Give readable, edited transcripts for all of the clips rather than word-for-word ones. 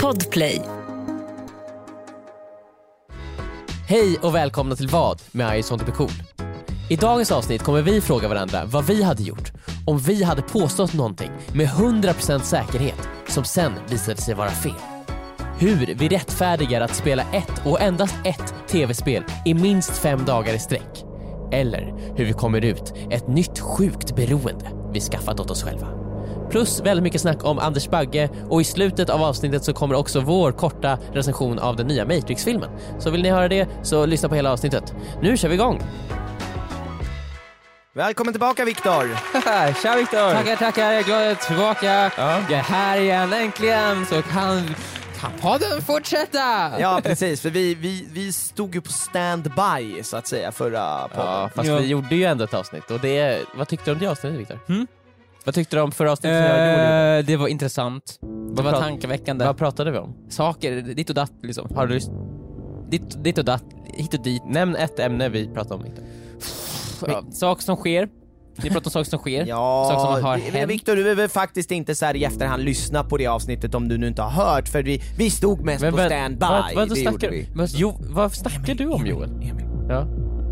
Podplay. Hej och välkomna till Vad med I Sånt är cool. I dagens avsnitt kommer vi fråga varandra vad vi hade gjort om vi hade påstått någonting med 100% säkerhet som sen visade sig vara fel. Hur vi rättfärdigar att spela ett och endast ett tv-spel i minst 5 dagar i sträck. Eller hur vi kommer ut ett nytt sjukt beroende vi skaffat åt oss själva. Plus väldigt mycket snack om Anders Bagge, och i slutet av avsnittet så kommer också vår korta recension av den nya Matrix-filmen. Så vill ni höra det så lyssna på hela avsnittet. Nu kör vi igång! Välkommen tillbaka, Viktor! Tja, Viktor! Tackar, jag är glad att jag är tillbaka. Ja. Jag är här igen, äntligen, så kan podden fortsätta! Ja, precis, för vi stod ju på standby så att säga förra podden. Ja, fast vi gjorde ju ändå ett avsnitt. Och vad tyckte du om det avsnittet, Viktor? Vad tyckte du om förra avsnittet som jag gjorde? Det var intressant. Det var tankeväckande. Vad pratade vi om? Saker, ditt och datt liksom. Har du Ditt och datt, hit och dit. nämn ett ämne vi pratade om, Viktor? Saker som sker. Vi pratar om saker som sker. Ja, saker som har hänt. Viktor, du behöver faktiskt inte så här i efterhand lyssna på det avsnittet om du nu inte har hört, för vi stod mest på standby. Vad snackar du om, Joel? Ja.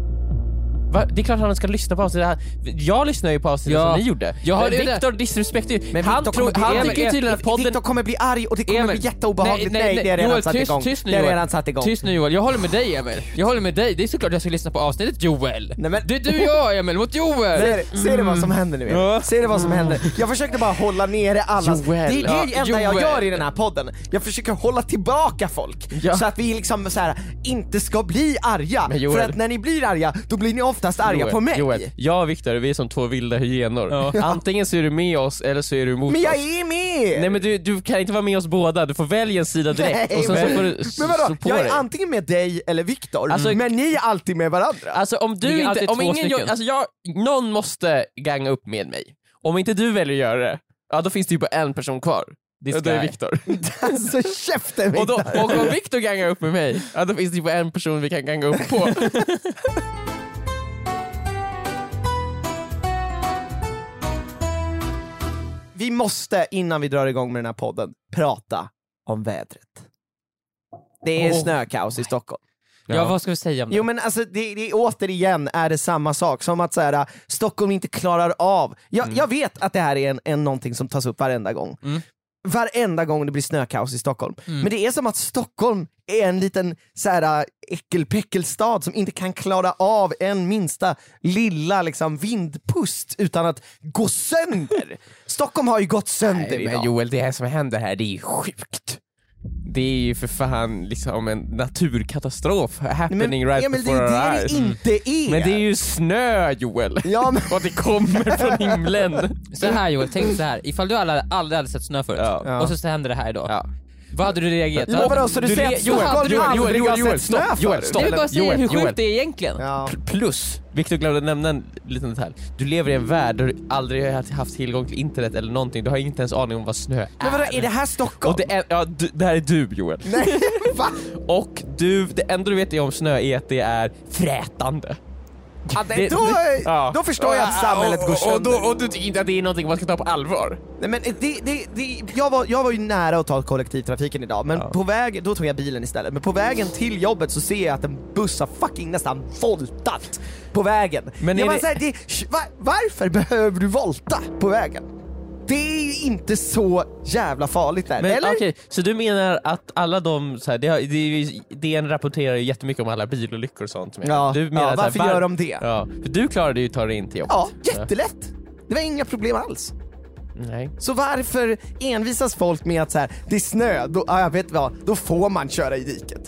Det är klart att han ska lyssna på avsnittet. Jag lyssnar ju på avsnittet som ni gjorde. Viktor disrespekterar ju. Men Han tycker tydligen att podden... Viktor kommer bli arg och det kommer bli jätteobehagligt. Nej, det är redan satt igång. Det är redan satt igång. Tyst nu, Joel. Jag håller med dig, Emil. Jag håller med dig. Det är såklart jag ska lyssna på avsnittet, Joel. Nej, men... Du och jag, Emil, mot Joel. Ser det vad som händer nu? Ja. Ser det vad som händer? Jag försökte bara hålla nere alla. Joel. Det är det enda jag Joel. gör i den här podden. Jag försöker hålla tillbaka folk. Ja. Så att vi liksom så här, inte ska bli arga. Men Joel. För att när ni blir arga, då blir ni oftast arga på mig. Joel, jag och Viktor, vi är som 2 vilda hyenor. Ja. Antingen så är du med oss eller så är du emot Men oss. jag är med! Nej, men du kan inte vara med oss båda. Du får välja en sida direkt. Nej, och sen så får du men vadå? slå på Jag är dig. antingen med dig eller Viktor, Alltså- men ni är alltid med varandra. Alltså om du Vi är inte, alltid om 2 ingen, stycken. alltså någon måste ganga upp med mig. Om inte du väljer att göra det, ja då finns det ju bara en person kvar. Det är Viktor. Alltså käften, Och Viktor. om Viktor gangar upp med mig, ja då finns det ju bara en person vi kan ganga upp på. Vi måste, innan vi drar igång med den här podden, prata om vädret. Det är snökaos i Stockholm. Ja, vad ska vi säga om det? Jo, men alltså det återigen är det samma sak som att så här, Stockholm inte klarar av. Jag vet att det här är en någonting som tas upp varenda gång. Varenda gång det blir snökaos i Stockholm. Men det är som att Stockholm är en liten så här äckelpäckelstad som inte kan klara av en minsta lilla liksom vindpust utan att gå sönder. Stockholm har ju gått sönder Nej, idag. men Joel, det här som händer här, det är ju sjukt. Det är ju för fan liksom en naturkatastrof happening right Emil, before det our är det eyes. det inte är. Men det är ju snö, Joel. Ja, men... Och det kommer från himlen. Så här, Joel, tänk så här. Ifall du aldrig hade sett snö förut, Ja. och så händer det här idag. Ja. Vad hade du reagerat? Ja, vadå, så du säger att Stockholm aldrig har sett snö förut? Jag vill bara säga hur sjukt det är egentligen. Ja. Plus, Victor glömde nämna en liten detalj. Du lever i en värld där du aldrig har haft tillgång till internet eller någonting. Du har inte ens aning om vad snö är. Men vadå, är det här Stockholm? Och det här är du, Joel. Nej, va? Och det enda du vet om snö är att det är frätande. Ja, då förstår jag att samhället går sönder. Och du tycker inte att det är någonting man ska ta på allvar? Nej, men jag var ju nära att ta kollektivtrafiken idag, men på väg, då tog jag bilen istället. Men på vägen till jobbet så ser jag att en buss har fucking nästan voltat på vägen. Men jag bara säger, varför behöver du volta på vägen? Det är ju inte så jävla farligt där, Men eller? okej, så du menar att alla de så här, DN rapporterar ju jättemycket om alla bilolyckor och sånt. Ja, du menar så här, varför gör de det? Ja, för du klarade ju att ta dig in till jobbet. Ja, jättelätt. Det var inga problem alls. Nej. Så varför envisas folk med att så här, det är snö, då, jag vet vad, då får man köra i diket.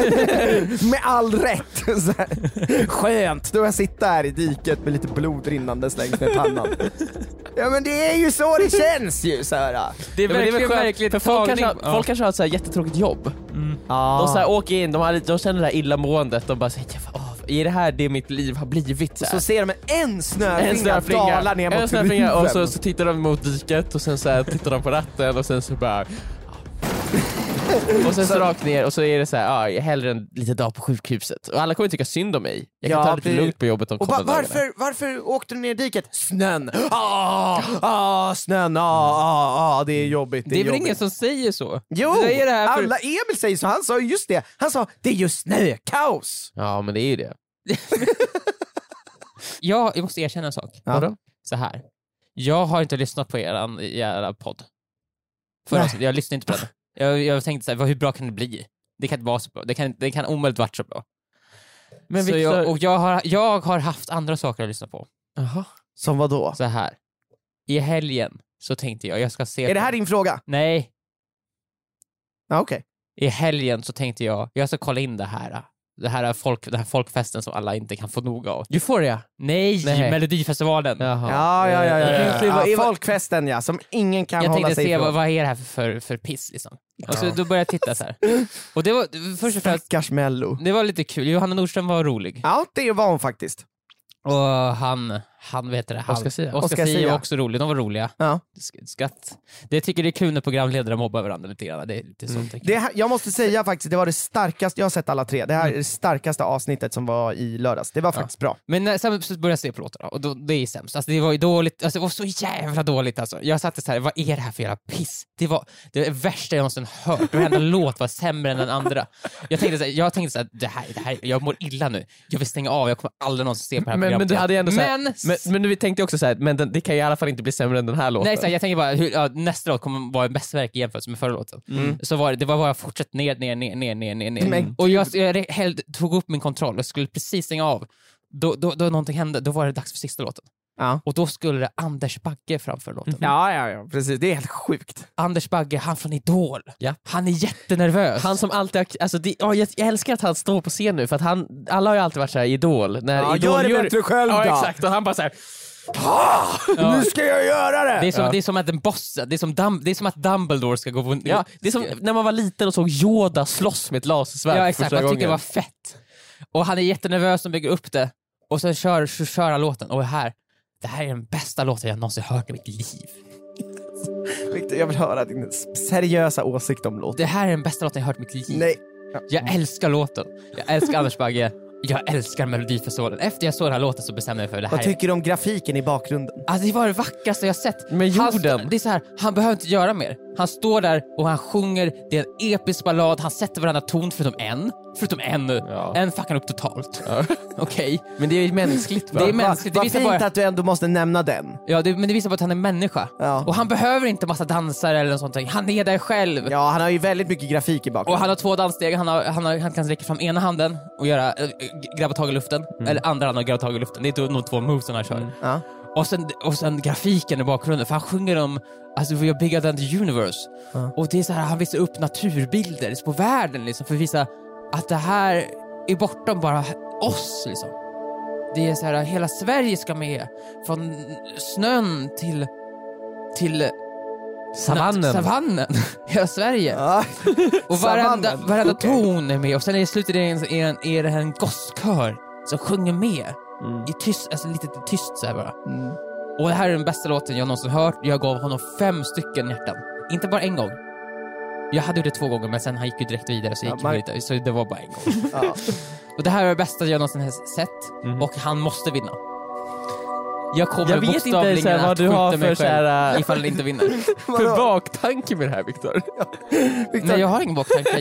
Med all rätt. Så här. Skönt, då jag sitter här i diket med lite blod rinnandes längs med pannan. Ja, men det är ju så det känns ju så här. Det är verkligen märkligt, för folk kanske har ett så här jättetråkigt jobb. Ja. De så här åker in, de känner det här illamåendet, de bara säger är det här det mitt liv har blivit? Så ser de en snöflinga dala ner mot huvudet. Och så tittar de mot diket och sen så här tittar de på ratten och sen så bara Och sen så rakt ner och så är det så här, hellre en liten dag på sjukhuset. Och alla kommer tycka synd om mig. Jag kan ta det lite lugnt på jobbet de kommande dagarna. Varför åkte du ner i diket? Snön! Snön! Det är jobbigt. Det är väl ingen som säger så? Jo, det är det här alla Emil säger så. Han sa just det. Han sa, det är just snökaos. Ja, men det är ju det. Jag måste erkänna en sak. Vadå? Så här. Jag har inte lyssnat på era podd. Jag lyssnade inte på den. Jag tänkte så här, hur bra kan det bli? Det kan inte vara så bra. Det kan omöjligt vara så bra. Men så Victor... jag har haft andra saker att lyssna på. Aha. Som vad då? Så här. I helgen så tänkte jag ska se... Är det här din fråga? Nej. Okej. I helgen så tänkte jag ska kolla in det här folkfesten som alla inte kan få nog av. Euphoria? Nej. Melodifestivalen. Ja, folkfesten ja, som ingen kan hålla sig ifrån. Jag tänkte se vad är det här för piss liksom. Och så då började jag titta så här. Och det var först och främst Stackars Mello. Det var lite kul. Johanna Nordström var rolig. Ja, det var hon faktiskt. Och han vet det. Oscar Sia var också rolig. De var roliga. Ja. Skratt. Det tycker det är kul när programledare mobbar varandra lite grann. Det är lite sånt. Jag måste säga faktiskt, det var det starkaste, jag har sett alla 3. Det här är det starkaste avsnittet som var i lördags. Det var faktiskt bra. Men sen började jag se på låtarna och det är sämst. Alltså det var ju dåligt, alltså det var så jävla dåligt alltså. Jag satt så här, vad är det här för jävla piss? Det var det värsta jag någonsin hört. Varenda låt var sämre än den andra. Jag tänkte så här, det här, jag mår illa nu. Jag vill stänga av, jag kommer aldrig någonsin se på det här programmet. Men du hade ju ändå så här, men du tänkte också så här, men det kan i alla fall inte bli sämre än den här låten. Nej, så här, jag tänker bara nästa låt kommer vara en mästerverk i jämförelse med förra låten. Så det var bara fortsatt ner. Och jag tog upp min kontroll och skulle precis stänga av. Då någonting hände, då var det dags för sista låten. Ja. Och då skulle det Anders Bagge framför låten. Ja, precis. Det är helt sjukt. Anders Bagge, han från Idol. Ja. Han är jättenervös. Han som alltid alltså jag älskar att han står på scen nu för att alla har ju alltid varit så här Idol när Idol gör det bättre själv då. Ja, exakt. Och han bara så här nu ska jag göra det! Det är som att en boss, det är som att Dumbledore ska gå på... Ja, det är som när man var liten och såg Yoda slåss med ett lasersvärd. Ja, exakt. Jag tycker det var fett. Och han är jättenervös som bygger upp det. Och sen kör han låten. Och det här är den bästa låten jag någonsin hört i mitt liv. Victor, jag vill höra din seriösa åsikt om låten. Det här är den bästa låten jag hört i mitt liv. Nej. Jag älskar låten. Jag älskar Anders Bagge. Jag älskar Melodifestivalen. Efter jag såg den här låten så bestämde jag för det här. Vad tycker du om grafiken i bakgrunden? Alltså det var det vackraste jag sett. Med jorden. Det är så här, han behöver inte göra mer. Han står där och han sjunger. Det är en episk ballad. Han sätter varandra ton förutom en. En fuckar upp totalt. Ja. Okej. Men det är ju mänskligt. Det är mänskligt. Vad fint att du ändå måste nämna den. Ja, men det visar på att han är människa. Ja. Och han behöver inte massa dansare eller något sånt. Han är där själv. Ja, han har ju väldigt mycket grafik i bakgrunden. Och han har 2 danssteg. Han kan räcka fram ena handen och göra grabba tag i luften. Eller andra handen och grabba tag i luften. Det är nog 2 moves han kör. Ja. Och sen grafiken i bakgrunden. För han sjunger om we are bigger than the universe. Och det är så här, han visar upp naturbilder på världen liksom, för att visa att det här är bortom bara oss liksom. Det är så här, hela Sverige ska med. Från snön till savannen. Hela Sverige. Ja. Och varenda ton är med. Och sen i slutet är det en gosskör som sjunger med. I tyst, alltså lite tyst så här bara. Och det här är den bästa låten jag någonsin hört. Jag gav honom 5 stycken hjärtan. Inte bara en gång. Jag hade gjort det 2 gånger, men sen han gick ju direkt vidare så det var bara en gång. Ja. Och det här är det bästa jag någonsin har sett. Och han måste vinna. Jag vet inte vad du har för såhär ifall han inte vinner. För baktanke med det här, Victor. Nej, jag har ingen baktanke.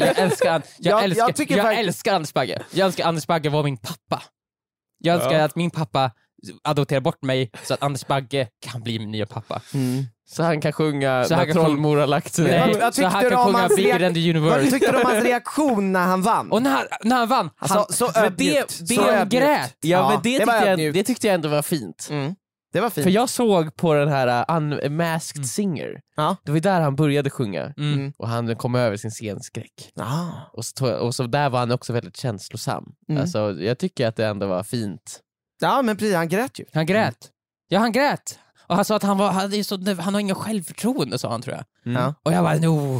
Jag älskar Anders Bagge. Jag önskar Anders Bagge var min pappa. Jag önskar att min pappa adopterar bort mig så att Anders Bagge kan bli min nya pappa. Så han kan sjunga när trollmor har lagt sig. Nej, så han kan sjunga Bigger than the Universe. Vad tyckte du om hans reaktion när han vann? Och när han vann, så ödmjukt. Det grät. Ja, men det tyckte jag ändå var fint. Det var fint. För jag såg på den här Unmasked Singer. Det var där han började sjunga. Och han kom över sin scenskräck. Och så där var han också väldigt känslosam. Alltså, jag tycker att det ändå var fint. Ja, men precis, han grät ju. Han grät. Ja, han grät. Och han sa att han har ingen självförtroende, sa han, tror jag. Och jag bara,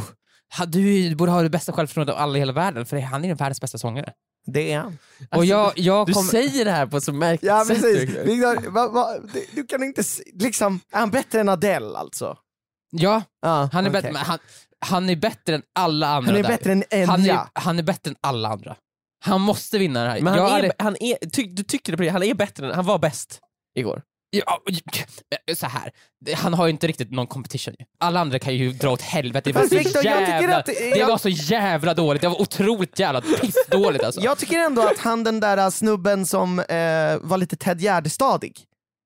du borde ha det bästa självförtroendet av alla i hela världen, för han är den världens bästa sångare. Det är han. Och du säger det här på så märkligt sätt. Ja, precis. Du kan inte liksom, är han bättre än Adele alltså? Ja, han är bättre. Han är bättre än alla andra. Han är där. bättre än Enya. Han är bättre än alla andra. Han måste vinna det här. Men du tyckte det på det, han är bättre än, han var bäst igår. Ja, så här. Han har ju inte riktigt någon competition. Alla andra kan ju dra åt helvete. Det var, Fast Victor, jag tycker att det var så jävla dåligt. Det var otroligt jävla pissdåligt alltså. Jag tycker ändå att han, den där snubben som var lite Ted Gärdestadig,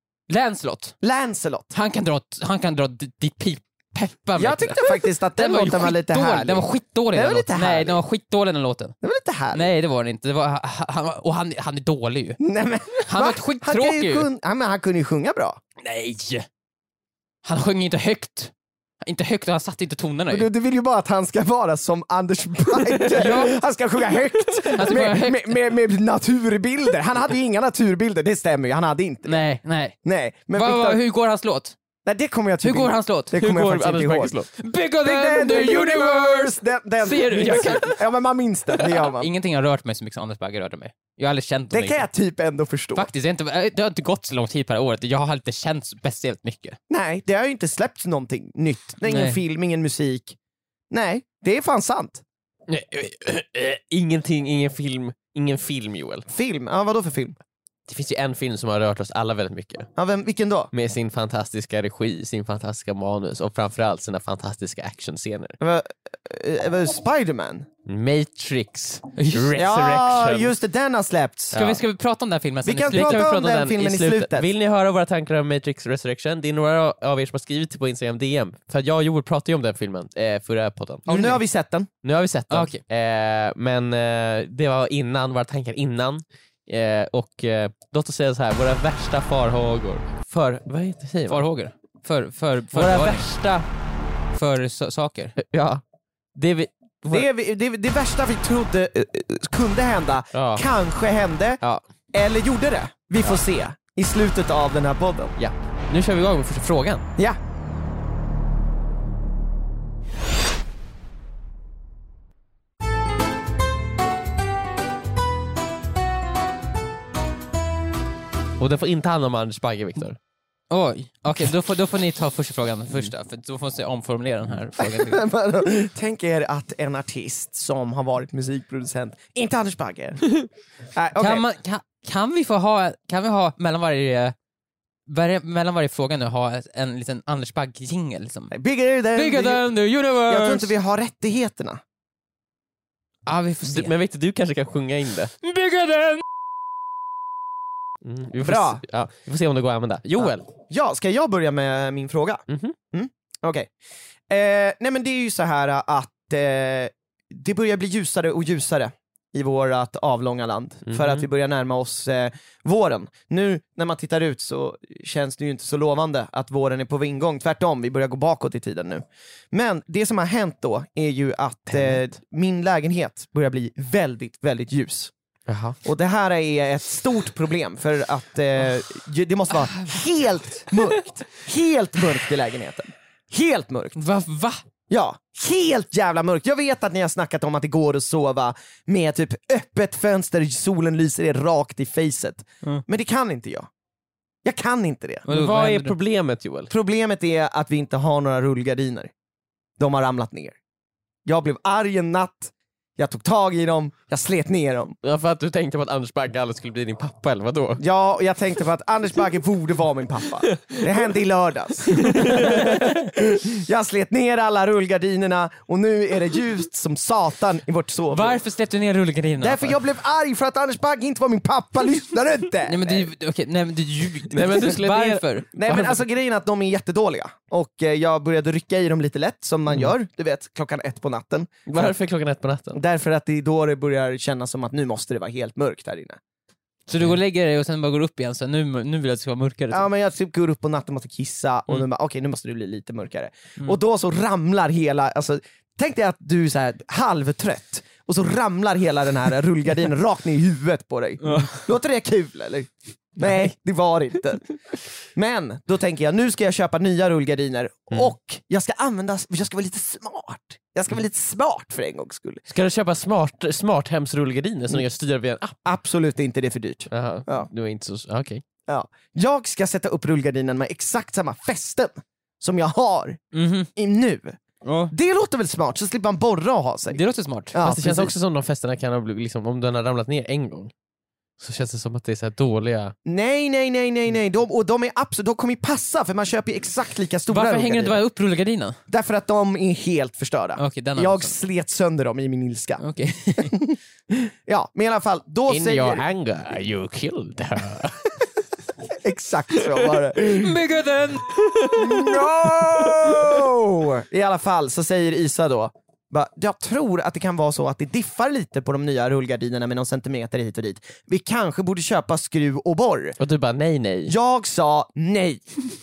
Lancelot. Han kan dra ditt peppa. Jag tyckte faktiskt att den låten var lite härlig. Den var skitdålig. Nej, den var skitdålig den låten. Det var lite härlig. Nej, det var den inte. Det var, han är dålig ju. Nej, men, Han var skittråkig ju. Han kunde ju sjunga bra. Nej! Han sjöng inte högt. Inte högt, och han satte inte tonerna ju. Du vill ju bara att han ska vara som Anders Bagge. Ja. Han ska sjunga högt. Med naturbilder. Han hade ju inga naturbilder, det stämmer ju. Han hade inte det. Nej. Men Hur går hans låt? Nej, det kommer jag typ Hur går hans låt? Det kommer jag faktiskt inte ihåg. Bigger than the universe! Den. Ser du? Ja, men man minns det gör man. Ingenting har rört mig så mycket som Anders Bagge rörde mig. Jag har aldrig känt det kan jag typ ändå förstå. Faktiskt, det har inte gått så lång tid per året. Jag har inte känt speciellt mycket. Nej, det har ju inte släppts någonting nytt. Ingen film, ingen musik. Nej, det är fan sant. Ingenting, ingen film Joel. Film? Ja, vadå för film? Det finns ju en film som har rört oss alla väldigt mycket. Ja, vilken då? Med sin fantastiska regi, sin fantastiska manus och framförallt sina fantastiska actionscener. Spider-Man? Matrix Resurrection. Ja, just det, den har släppts. Ska vi prata om den filmen sen? Vi kan prata om den filmen i slutet. Vill ni höra våra tankar om Matrix Resurrection? Det är några av er som har skrivit på Instagram DM. För jag och Joel pratade ju om den filmen förra podden. Nu har vi sett den. Okay. Men det var innan, våra tankar innan. Och låt oss säga så här, våra värsta farhågor. Vad heter det? Farhågor? Våra värsta saker. Ja. Det värsta vi trodde kunde hända, kanske hände, eller gjorde det. Vi får se i slutet av den här podden. Ja. Nu kör vi igång med första frågan. Ja. Och det får inte handla om Anders Bagge, Victor. Oj, okej, då får ni ta första frågan första, för då får vi omformulera den här frågan. Tänk er att en artist som har varit musikproducent, inte Anders Bagge. Kan vi ha mellan varje fråga nu ha en liten Anders Bagge-jingle liksom? Bigger than the universe! Jag tror inte vi har rättigheterna. Ja, vi får se. Men Victor, du kanske kan sjunga in det. Bigger than... Bra. Vi får se om det går att använda. Joel. Ja, ska jag börja med min fråga? Okej. Nej, men det är ju så här att det börjar bli ljusare och ljusare i vårt avlånga land, för att vi börjar närma oss våren. Nu när man tittar ut så känns det ju inte så lovande att våren är på ingång. Tvärtom, vi börjar gå bakåt i tiden nu. Men det som har hänt då är ju att min lägenhet börjar bli väldigt, väldigt ljus. Jaha. Och det här är ett stort problem, för att det måste vara helt mörkt i lägenheten. Helt mörkt. Va? Ja, helt jävla mörkt. Jag vet att ni har snackat om att det går att sova med typ öppet fönster, solen lyser er rakt i facet. Men det kan inte jag. Jag kan inte det. Vad är problemet, Joel? Problemet är att vi inte har några rullgardiner. De har ramlat ner. Jag blev arg en natt. Jag tog tag i dem, jag slet ner dem. Ja, för att du tänkte på att Anders Bagge aldrig skulle bli din pappa, eller vadå? Ja, och jag tänkte på att Anders Bagge borde vara min pappa. Det hände i lördags. Jag slet ner alla rullgardinerna och nu är det ljust som satan i vårt sovrum. Varför släppte du ner rullgardinerna? Därför jag blev arg för att Anders Bagge inte var min pappa, lyssnar du inte? Nej, men du ljuger. Nej, men du slet ner. Varför? Nej, men alltså grejen är att de är jättedåliga. Och jag började rycka i dem lite lätt, som man gör, du vet, 1:00 på natten. Varför 1:00 på natten? Därför att det är då det börjar kännas som att nu måste det vara helt mörkt här inne. Så du går och lägger dig och sen bara går upp igen, så nu vill jag att det ska vara mörkare? Ja, men jag typ går upp på natten och måste kissa och nu måste det bli lite mörkare. Och då så ramlar hela, alltså tänk dig att du är så här halvtrött och så ramlar hela den här rullgardinen rakt ner i huvudet på dig. Låter det kul eller? Nej, det var inte. Men då tänker jag, nu ska jag köpa nya rullgardiner och jag ska vara lite smart. Jag ska vara lite smart för en gångs skull. Ska du köpa smarthemsrullgardiner som jag styr via en app? Absolut inte, det är för dyrt. Jaha, ja. Det var inte så... Okej. Ja. Jag ska sätta upp rullgardinen med exakt samma fästen som jag har nu. Ja. Det låter väl smart, så slipper man borra och ha sig. Det låter smart. Ja, Fast det känns precis. också som de festerna kan ha blivit, liksom, om den har ramlat ner en gång så känns det som att det är så här dåliga. Nej. De är absolut, de kommer ju passa för man köper ju exakt lika stora Varför hänger du rullgardiner. inte bara upp rullgardinen? Därför att de är helt förstörda. Okej, den har Jag jag slet sönder dem i min ilska. Okej. Ja, men i alla fall, då In säger... your anger you killed her. Exakt så var det. Bigger than... No! I alla fall så säger Isa då, jag tror att det kan vara så att det diffar lite på de nya rullgardinerna med någon centimeter hit och dit. Vi kanske borde köpa skruv och borr. Och du bara nej. Jag sa nej.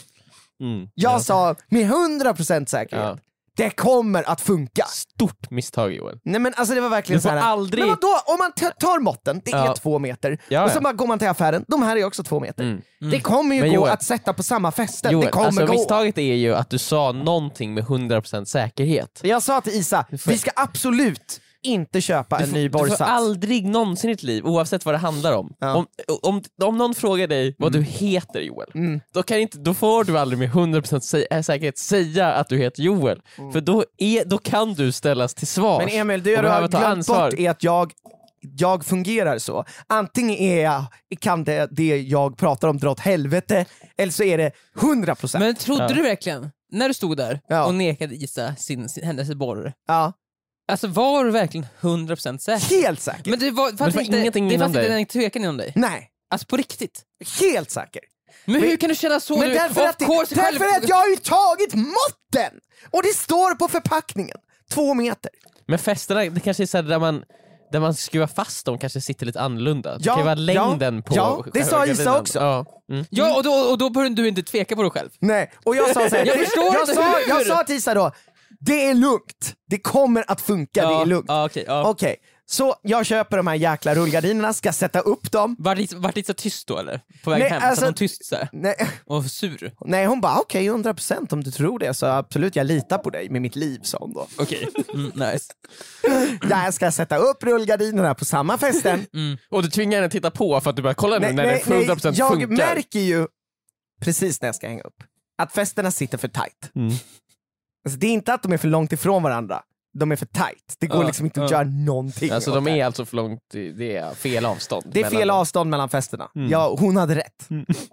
Jag sa med 100% säkerhet. Ja. Det kommer att funka. Stort misstag Joel. Nej men alltså det var verkligen Du får så här. aldrig- Men vadå, om man tar måtten, det är Ja. 2 meter. Ja, och så ja. bara går man till affären, de här är också 2 meter. Det kommer ju Men gå Joel- att sätta på samma fästen. Joel, Det kommer alltså gå. misstaget är ju att du sa någonting med 100% säkerhet. Jag sa till Isa, vi ska absolut inte köpa en ny Du får borrsats. aldrig någonsin i ditt liv, oavsett vad det handlar om. Ja. Om någon frågar dig vad du heter Joel, då får du aldrig med 100% säkerhet säga att du heter Joel. För då kan du ställas till svars. Men Emil, det och du har behöva ta glömt ansvar. bort är att jag fungerar så. Antingen kan det jag pratar om dra åt helvete, eller så är det 100%. Men trodde du verkligen, när du stod där Ja. och nekade Isa hennes borr, Ja, alltså var du verkligen 100% säker? helt säker. Men det var, det var ingenting det inom fanns inte dig. en tvekan inom dig. Nej, Alltså på riktigt. helt säker. Men hur kan du känna så? Men Du- därför of att, course, själv- därför att jag har ju tagit måtten! Och det står på förpackningen. 2 meter. Men festerna, det kanske är så här där man skruvar fast dem kanske sitter lite annorlunda. Det Ja, kan ju vara längden på ja, det sa själva Isa gardinen. också. Ja. Ja, och då började du inte tveka på dig själv. Nej, och jag sa så här, Jag förstår inte hur. jag sa till Isa då, det är lugnt. Det kommer att funka, det är lugnt. Ja, okej. Ja. Okej, så jag köper de här jäkla rullgardinerna, ska sätta upp dem. Vart det så tyst då eller? På väg Nej, hem? alltså- Satt hon tyst såhär? Nej, Och sur? nej hon bara okej, 100% om du tror det, så absolut jag litar på dig med mitt liv, sa hon då. Okej, nice. Jag ska sätta upp rullgardinerna på samma festen. Och du tvingar henne att titta på för att du bara kolla nu när det 100% jag funkar. märker ju precis när jag ska hänga upp att festerna sitter för tight. Alltså, det är inte att de är för långt ifrån varandra, de är för tight. Det går Ja, liksom inte att ja. göra någonting Alltså åt de det. är alltså för långt, det är fel avstånd. Det är fel avstånd mellan festerna. Ja, hon hade rätt.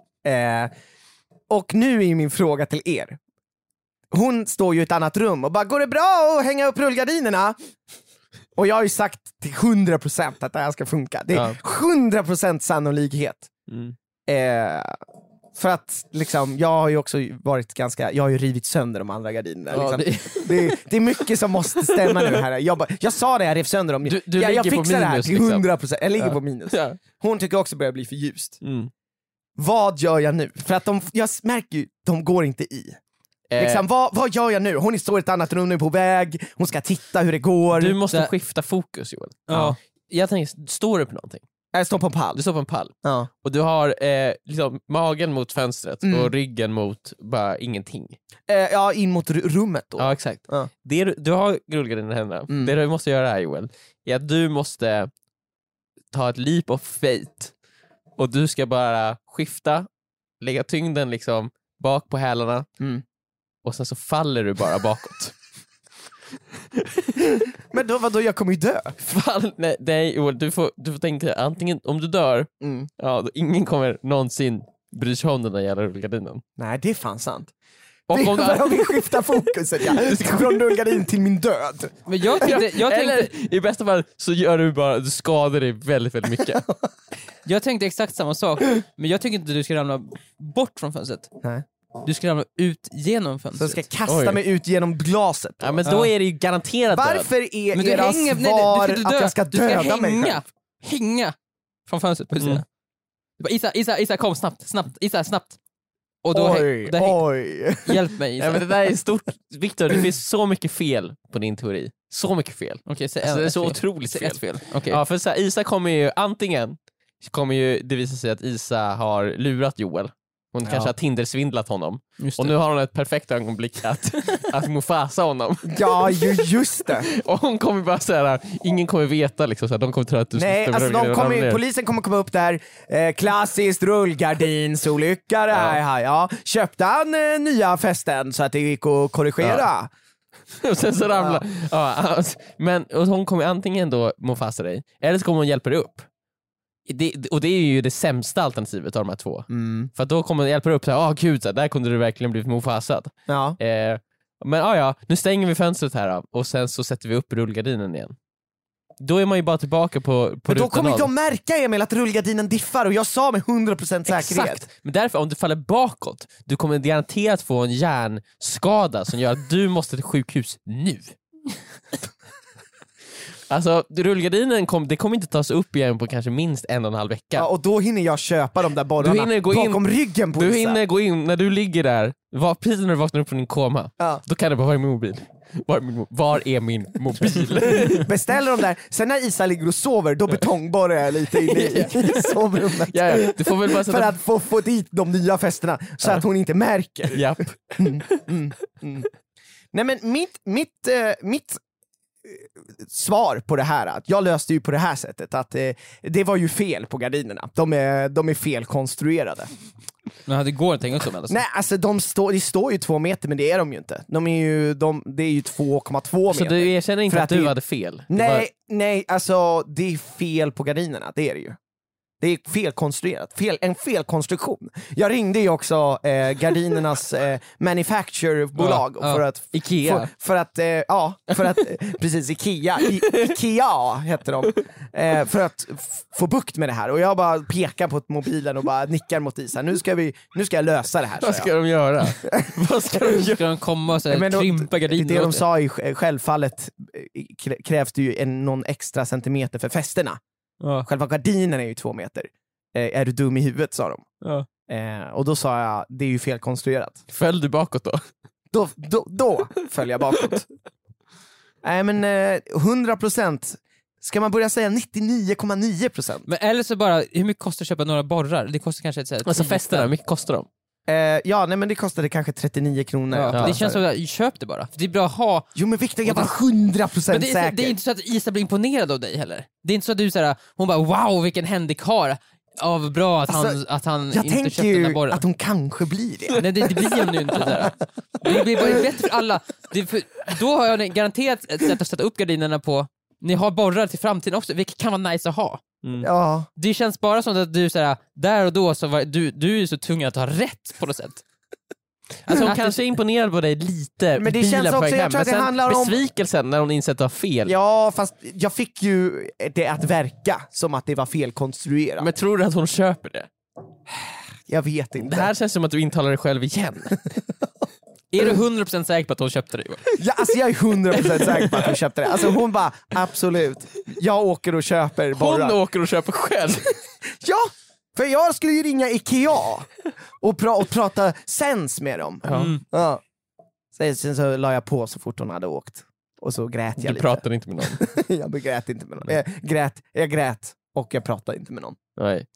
Och nu är ju min fråga till er. Hon står ju i ett annat rum och bara, går det bra att hänga upp rullgardinerna? Och jag har ju sagt till 100% att det här ska funka. Det är 100% sannolikhet. För att liksom, jag har ju också varit jag har ju rivit sönder de andra gardinerna. Liksom. Det är mycket som måste stämma nu här. Jag sa det, jag rev sönder dem. Du jag ligger på fixar det här minus, till 100%. Jag ligger Ja. på minus. Ja. Hon tycker också börjar bli för ljust. Vad gör jag nu? För att jag märker ju, de går inte i. Liksom, vad gör jag nu? Hon står i ett annat rum nu på väg, hon ska titta hur det går. Du måste Där. skifta fokus Joel. Ja. Jag tänker, står du på någonting? Jag står på en pall. Du står på en pall Ja. och du har liksom magen mot fönstret och ryggen mot bara ingenting. Ja, in mot rummet då. Ja exakt. Ja. Du har rullgardinen i händerna. Det du måste göra här Joel, är att du måste ta ett leap of faith och du ska bara skifta, lägga tyngden liksom bak på hälarna och sen så faller du bara bakåt. Men då, vadå, jag kommer ju dö. Nej Joel, du får tänka antingen om du dör, ja, då ingen kommer någonsin bry sig om den där jävla rullgardinen. Nej, det är fan sant. Och Det om är bara vi skiftar fokuset, ja. Från rullgardin till min död. Men jag tänkte, eller i bästa fall så gör du skadar dig väldigt, väldigt mycket. jag tänkte exakt samma sak, men jag tycker inte du ska ramla bort från fönstret. Nej. Du ska ramla ut genom Så fönstret. jag ska kasta mig ut genom glaset. Ja, men då är det ju garanterat död. Varför är Men du era hänger, svar du ska att jag ska du döda ska mig själv? hänga från fönstret på utsidan. Du bara, Isa kom snabbt, Isa snabbt. Och då Oj. hjälp mig Isa. Ja, men det där är stort. Victor, det finns så mycket fel på din teori. Så mycket fel. Okej, säg Alltså, det är ett så fel. otroligt Säg fel. ett fel. Okej. Ja, för så här, Isa kommer ju antingen kommer ju det visa sig att Isa har lurat Joel. Hon kanske har Tinder-svindlat honom. Just Och det. nu har hon ett perfekt ögonblick att Mufasa honom. Ja, just det. Och hon kommer bara säga, ingen kommer veta liksom, så här, de kommer tro att du Nej, sitter alltså med rullgardinen och ramlar ner. polisen kommer komma upp där, klassiskt rullgardinsolycka det här, ja. Köpte han nya festen så att det gick att korrigera? Och sen så ramlar... Ja, alltså, men och hon kommer antingen då må fast dig, eller så kommer hon hjälpa dig upp. Och det är ju det sämsta alternativet av de här två. För att då kommer hon hjälpa dig upp så här, gud, så här, där kunde du verkligen blivit mofasad. Ja. Men nu stänger vi fönstret här då, och sen så sätter vi upp rullgardinen igen. Då är man ju bara tillbaka på men då kommer rutan inte de märka, Emil, att rullgardinen diffar, och jag sa med 100% säkerhet. Exakt. Men därför, om du faller bakåt, du kommer garanterat få en hjärnskada som gör att du måste till sjukhus nu. Alltså rullgardinen det kommer inte tas upp igen på kanske minst 1,5 vecka. Ja, och då hinner jag köpa de där borrarna bakom ryggen på Du Isa. hinner gå in, när du ligger där, precis när du vaknar upp från din koma, då kan det bara vara min mobil. Var är min mobil? Beställer de där, sen när Isa ligger och sover, då betongborrar jag lite inne i sovrummet. Ja, du får väl bara för att få dit de nya fästena, så att hon inte märker. Japp. Nej, men mitt svar på det här, att jag löste ju på det här sättet, att det var ju fel på gardinerna. De är felkonstruerade. Men det går inte att alltså. Nej, alltså de står ju 2 meter, men det är de ju inte. Det är ju 2,2 meter. Så du erkänner inte att du hade fel? Nej, alltså det är fel på gardinerna, det är det ju. Det är felkonstruerat, en felkonstruktion. Jag ringde ju också gardinernas manufacturebolag för att Ikea. För att precis, Ikea heter de. För att få bukt med det här, och jag bara pekar på mobilen och bara nickar mot Isa. Nu ska jag lösa det här. Vad ska de göra? Ska de komma och krympa gardinerna? Det de sa i självfallet krävs det ju någon extra centimeter för fästena. Ja. Själva gardinen är ju 2 meter. Är du dum i huvudet, sa de. Ja. Och då sa jag, det är ju felkonstruerat. Föll du bakåt då? Då föll jag bakåt. Nej, men 100%. Ska man börja säga 99,9%? Men eller så bara, hur mycket kostar att köpa några borrar? Det kostar kanske alltså fästerna, hur mycket kostar de? Men det kostade kanske 39 kronor. Ja. Det känns som att köp det bara. För det är bra att ha. Jo, men Victor, jag var 100% säker. Det är inte så att Isa blir imponerad av dig heller. Det är inte så att du säger, hon bara wow, vilken händig karl. Av bra att han jag inte köpte den där borren. att hon kanske blir det. Nej, det blir hon ju inte där. Det blir bara bättre för alla. Då har jag garanterat ett sätt att sätta upp gardinerna på. Ni har borrar till framtiden också, vilket kan vara nice att ha. Ja. Det känns bara som att du såhär, där och då så var du är så tung att ha rätt på något sätt. Alltså hon kanske är imponerad på dig lite. Men det känns också, jag tror att det handlar om besvikelsen när hon insett att det var fel. Ja, fast jag fick ju det att verka som att det var felkonstruerat. Men tror du att hon köper det? Jag vet inte. Det här känns som att du intalar dig själv igen. Är du 100% säker på att hon köpte det? Ja, alltså jag är 100% säker på att hon köpte det. Alltså hon bara, absolut. Jag åker och köper borrar. Hon åker och köper själv. Ja, för jag skulle ju ringa Ikea och prata sens med dem. Ja. Sen så la jag på så fort hon hade åkt. Och så grät jag lite. Du pratade inte med någon? Jag grät inte med någon. Jag grät och jag pratade inte med någon. Nej.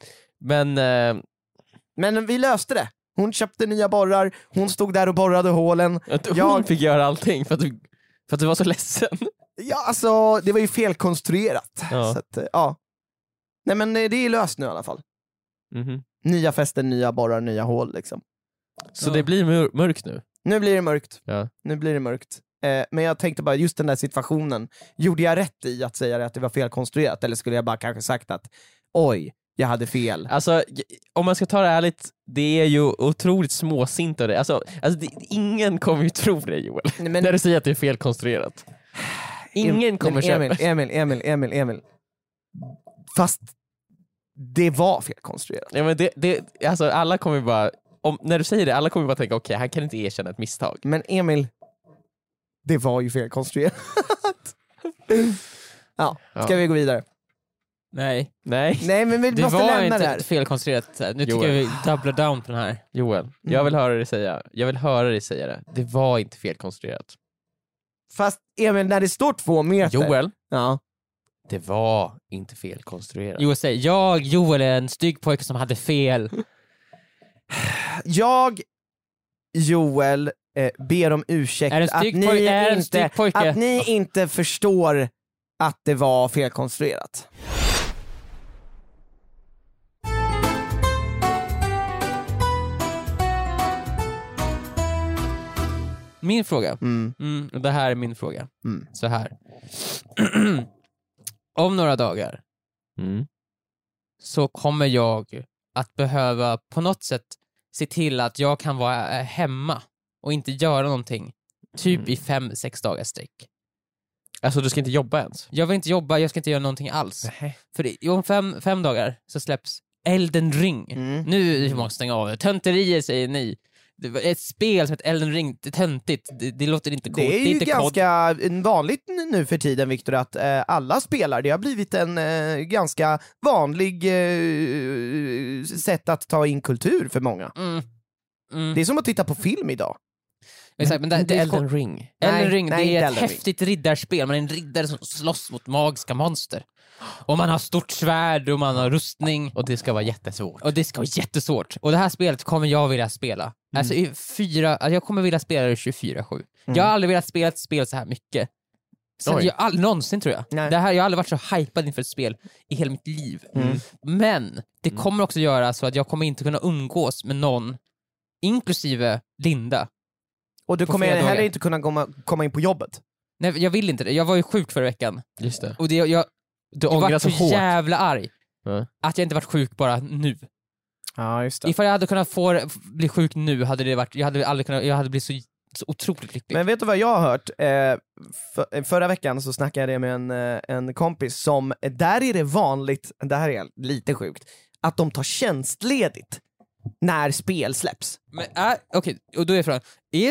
Men vi löste det. Hon köpte nya borrar, hon stod där och borrade hålen. Hon fick göra allting för att du var så ledsen. Ja, alltså det var ju felkonstruerat. Ja. Så att, ja. Nej, men det är löst nu i alla fall. Mm-hmm. Nya fästen, nya borrar, nya hål liksom. Så det blir mörkt nu? Nu blir det mörkt. Ja. Nu blir det mörkt. Men jag tänkte bara, just den där situationen, gjorde jag rätt i att säga att det var felkonstruerat? Eller skulle jag bara kanske sagt att oj, jag hade fel? Alltså, om man ska ta det ärligt, det är ju otroligt småsint av det. Alltså ingen kommer ju tro det, Joel. Men när du säger att det är felkonstruerat. Ingen kommer köpa. Emil. Fast det var felkonstruerat. Ja, men alltså alla kommer bara, när du säger det, alla kommer bara tänka okej, han kan inte erkänna ett misstag. Men Emil, det var ju felkonstruerat. Ja, ska vi gå vidare? Nej, men vi det måste var lämna inte det här. Felkonstruerat. Nu tycker jag vi doublar down på den här. Joel, jag vill höra dig säga det. Det var inte felkonstruerat. Fast Emil, när det står 2 meter. Joel, ja. Det var inte felkonstruerat. Joel säger, Joel är en stygg pojke som hade fel. Joel ber om ursäkt att ni inte förstår att det var felkonstruerat. Min fråga. Och det här är min fråga. Så här. Om några dagar så kommer jag att behöva på något sätt se till att jag kan vara hemma och inte göra någonting typ i 5-6 dagars sträck. Alltså du ska inte jobba ens? Jag vill inte jobba, jag ska inte göra någonting alls. För om 5 dagar så släpps Elden Ring. Nu måste jag stänga av det. Tönterier säger ni. Ett spel som heter Elden Ring, det är töntigt. Det låter inte coolt. Det är ju inte ganska vanligt nu för tiden, Victor, att alla spelar. Det har blivit en ganska vanlig sätt att ta in kultur för många. Det är som att titta på film idag. Exakt, men det är Elden Ring. Elden Ring, nej, det är ett Elden Ring. häftigt riddarspel. Man är en riddare som slåss mot magiska monster. Och man har stort svärd och man har rustning. Och det ska vara jättesvårt. Och det ska vara jättesvårt. Och det här spelet kommer jag vilja spela. Alltså jag kommer vilja spela det 24/7. Jag har aldrig velat spela ett spel så här mycket. Någonsin tror jag. Jag har aldrig varit så hypad inför ett spel i hela mitt liv. Men det kommer också göra så att jag kommer inte kunna umgås med någon, inklusive Linda. Och du kommer heller inte kunna komma in på jobbet. Nej, jag vill inte det. Jag var ju sjuk förra veckan. Just det. Och jag var så hårt. jävla arg att jag inte varit sjuk bara nu. Ja, just det. Ifall jag hade kunnat bli sjuk nu hade det varit, jag hade blivit så otroligt lycklig. Men vet du vad jag har hört? Förra veckan så snackade jag med en kompis som, där är det vanligt, det här är lite sjukt, att de tar tjänstledigt när spel släpps. Men okej, och då är frågan,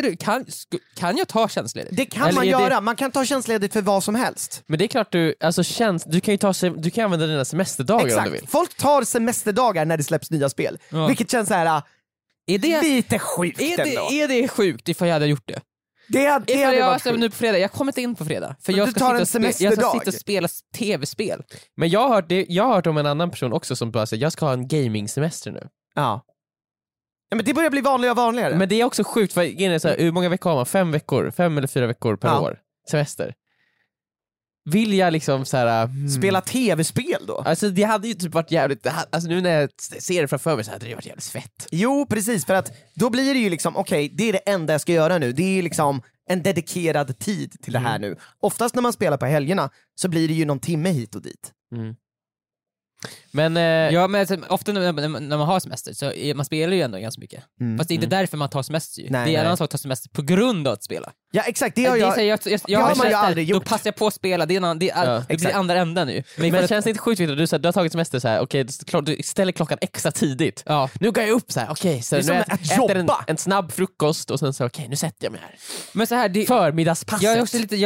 kan jag ta tjänstledigt? Det kan man göra, man kan ta tjänstledigt för vad som helst. Men det är klart du kan använda dina semesterdagar om du vill. Folk tar semesterdagar när det släpps nya spel. Vilket känns så här lite sjukt ändå. Är det sjukt ifall jag hade gjort det? Det hade varit sjukt. Nu på fredag, jag kommer inte in på fredag. För jag ska sitta och spela tv-spel. Men jag har hört om en annan person också som bara säger jag ska ha en gaming-semester nu. Ja, men det börjar bli vanligare och vanligare. Men det är också sjukt, för hur många veckor har man? 5 eller 4 veckor per år semester. Vill jag liksom spela tv-spel då? Alltså det hade ju typ varit jävligt, alltså nu när jag ser det framför mig så hade det varit jävligt fett. Jo, precis, för att då blir det ju liksom, okej, det är det enda jag ska göra nu. Det är liksom en dedikerad tid till det här nu. Oftast när man spelar på helgerna så blir det ju någon timme hit och dit. Men, men ofta när man har semester så man spelar ju ändå ganska mycket. Fast det är inte därför man tar semester ju. Det är en annan sak att ta semester på grund av att spela. Ja, exakt, det har man ju aldrig gjort. Då passar jag på att spela, det blir andra änden nu. Men det känns inte sjukt, Victor, du har tagit semester så här, okej, du ställer klockan extra tidigt. Nu går jag upp så här, okej, så nu äter en snabb frukost och sen så okej, nu sätter jag mig här. Men så här, förmiddagspasset. Jag är också lite,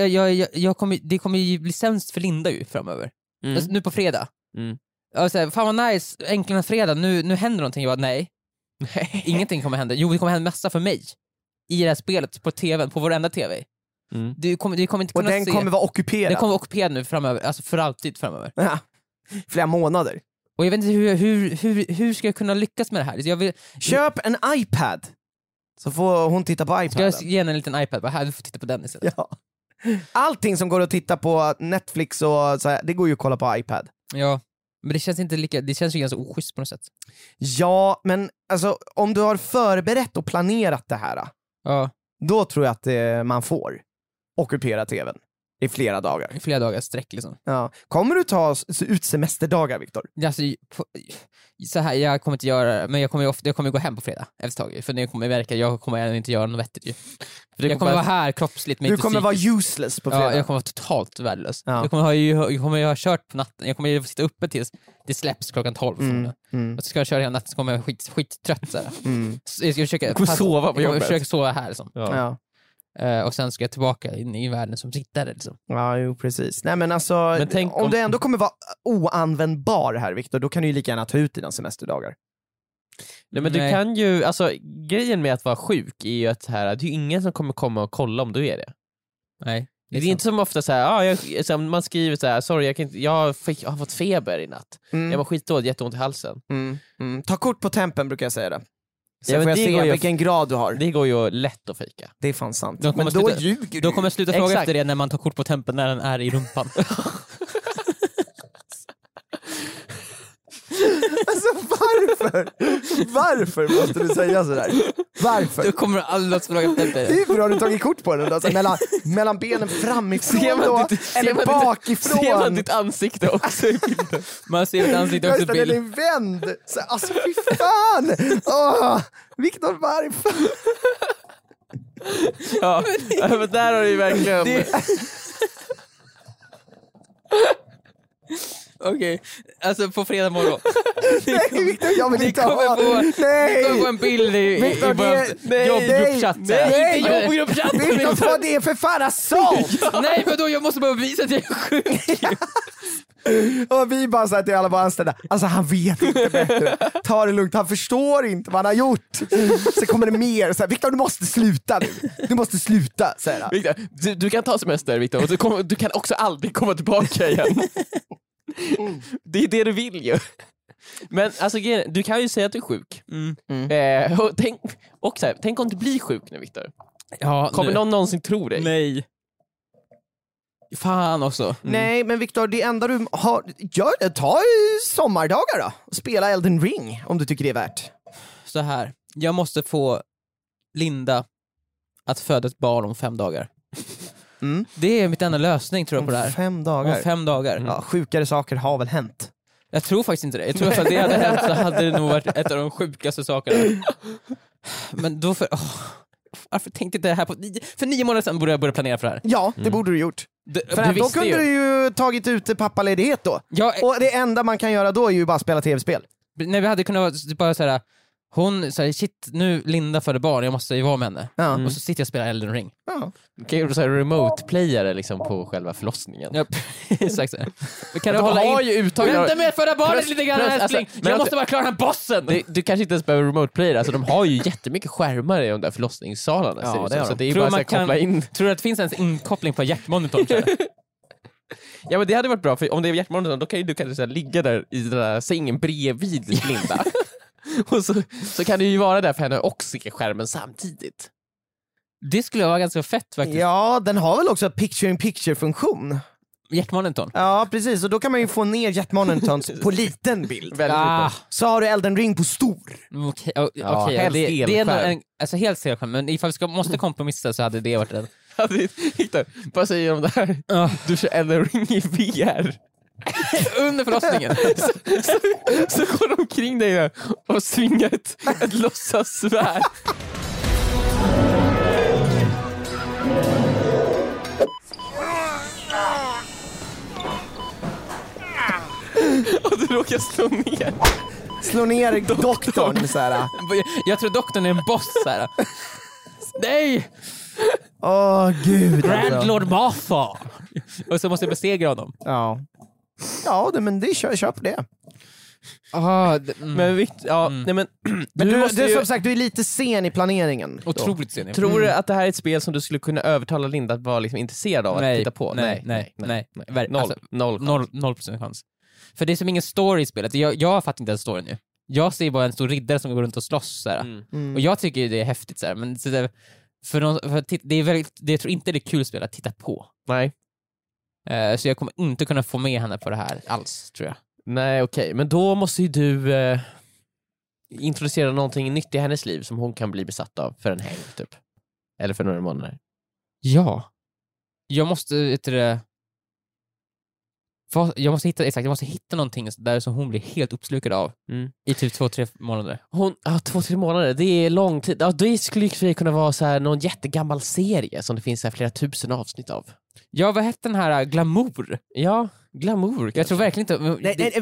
det kommer ju bli sämst för Linda ju framöver. Alltså, nu på fredag. Och så här, fan vad nice, äntligen fredag, nu händer någonting. Jag bara, nej. Ingenting kommer hända. Jo, det kommer hända massa för mig i det här spelet på tvn, på vår enda tv. Du kommer inte kunna och den se. kommer vara ockuperad. Den kommer vara ockuperad nu framöver, alltså för alltid framöver. Ja. Flera månader. Och jag vet inte hur ska jag kunna lyckas med det här? Köp en iPad så får hon titta på iPaden. Ska jag ge henne en liten iPad? Bara, här, du får titta på den istället. Ja. Allting som går att titta på Netflix och så här, det går ju att kolla på iPad. Ja, men det känns det känns ju ganska oschysst på något sätt. Ja, men alltså om du har förberett och planerat det här, då tror jag att man får ockupera tvn i flera dagar. I flera dagar sträck liksom. Ja. Kommer du ta ut semesterdagar, Victor? Alltså, så här, jag kommer inte göra det, men jag kommer gå hem på fredag efter ett tag. För när jag kommer verka, jag kommer inte göra något vettigt ju. För jag kommer vara här kroppsligt, men du kommer vara useless på fredag. Ja, jag kommer vara totalt värdelös. Ja. Jag kommer ha kört på natten. Jag kommer sitta uppe tills det släpps klockan 12. Och så ska jag köra hela natten, så kommer jag skittrött så här. Så jag ska försöka sova på jobbet. Jag försöker sova här liksom. Ja. Och sen ska jag tillbaka in i världen som sitter liksom. Ja, jo, precis. Nej, men alltså, om du ändå kommer vara oanvändbar här, Victor, då kan du ju lika gärna ta ut dina semesterdagar. Nej, men du kan ju, alltså grejen med att vara sjuk är ju att det är ju ingen som kommer komma och kolla om du är det. Nej. Det är inte som ofta så här, man skriver så här, sorry, jag har fått feber i natt. Jag var skitdålig, jätteont i halsen. Ta kort på tempen, brukar jag säga det. Sen Ja, får jag se vilken grad du har. Det går ju lätt att fejka. Det är fan sant. Men då ljuger du. Då kommer jag sluta fråga efter det när man tar kort på tempen när den är i rumpan. Alltså varför? Varför måste du säga sådär? Varför? Du kommer aldrig att fråga efter Det det. är bra, du tagit kort på den då, så mellan benen framifrån då, eller bakifrån. Ser man ditt ansikte också i bilden? Man ser ett ansikte också Just i det, den bild. är vänd. Så, alltså fy fan! Viktor, varför? Ja, men där har du ju verkligen... Okej, alltså på fredag morgon. Nej Viktor, jag vill Ni inte kommer ha... få en bild i Viktor, vår jobbgruppchatt. nej, Inte jobbgruppchatt! Viktor, vad det är för fan assault! Nej, men då jag måste bara visa att jag är sjuk. Och vi bara sa till alla våra anställda, alltså han vet inte bättre. Ta det lugnt, han förstår inte vad han har gjort. Så kommer det mer, så här, Viktor du måste sluta nu. Du måste sluta, säger han. Victor, du kan ta semester, Victor, och du kan också aldrig komma tillbaka igen. Det är det du vill ju. Men alltså, du kan ju säga att du är sjuk. Och tänk om du blir sjuk nu, Victor. Ja, Kommer någon någonsin tro dig? Nej. Fan också. Nej men Viktor, det enda du har, ta sommardagar då. Och spela Elden Ring om du tycker det är värt. Så här. Jag måste få Linda att föda ett barn om 5 dagar. Det är mitt enda lösning tror jag på det här. 5 dagar. Om 5 dagar. Ja, sjukare saker har väl hänt. Jag tror faktiskt inte det. Jag tror att det hade hänt så hade det nog varit ett av de sjukaste sakerna. Men då varför tänkte inte det här för 9 månader sedan borde jag börja planera för det här. Ja, det borde du gjort. För du då visste kunde ju. du ju tagit ut pappaledighet då. Ja, Och det enda man kan göra då är ju bara spela tv-spel. när vi hade kunnat bara säga hon säger shit nu Linda födde barn, jag måste ju vara med henne. Ja. Och så sitter jag och spelar Elden Ring. Ja. Du kan ju göra remote-playare liksom på själva förlossningen. Ja, exakt så. Vi kan Du hålla har in. ju uttag. Vänta med att föda barnet lite grann älskling. men Jag måste bara klara den här bossen. Du kanske inte ens behöver remote-playare, alltså de har ju jättemycket skärmar i de där förlossningssalarna. Ja, ser det det har så de. det är ju Tror bara man att koppla in. Tror du att det finns ens inkoppling på hjärtmonitorn? Ja men det hade varit bra, för om det är hjärtmonitorn då kan ju du kanske ligga där i den där sängen bredvid Linda. Och så kan du ju vara där för henne och se skärmen samtidigt. Det skulle vara ganska fett faktiskt. Ja, den har väl också picture-in-picture-funktion. Hjärtmonitorn. Ja, precis. Och då kan man ju få ner hjärtmonitorns på liten bild. Så har du Elden Ring på stor. Okej, helst det är elskärm. alltså helt helskärm, men ifall vi måste kompromissa så hade det varit en... Victor, vad säger du om det här? Du kör Elden Ring i VR. Under förlossningen. Så går de omkring dig där och svingar ett låtsassvärd. Och du råkar slå ner doktorn så här. Jag tror doktorn är en boss så här. Nej! Åh gud. Grand Lord Martha! Och så måste jag besegra honom. Ja. Men det kör på det. Men nej men Men måste du ju... som sagt, du är lite sen i planeringen. Otroligt sen. Tror du att det här är ett spel som du skulle kunna övertala Linda att vara liksom intresserad av att titta på? Nej. Noll. Alltså, 0% chans. För det är som ingen story i spelet. Jag fattar inte en story nu. Jag ser bara en stor riddare som går runt och slåss så här. Och jag tycker det är häftigt så här, men så där, det är väldigt, jag tror inte det är kul spel att titta på. Nej. Så jag kommer inte kunna få med henne på det här alls, tror jag. Nej, okej. Men då måste ju du introducera någonting nytt i hennes liv som hon kan bli besatt av för en helg, typ. Eller för några månader. Ja. Jag måste hitta någonting där som hon blir helt uppslukad av i typ 2-3 månader. 2-3 månader, det är lång tid. Ja, det skulle ju kunna vara så här någon jättegammal serie som det finns så här flera tusen avsnitt av. Ja, vad hette den här? Glamour? Ja, Glamour. Jag tror verkligen inte...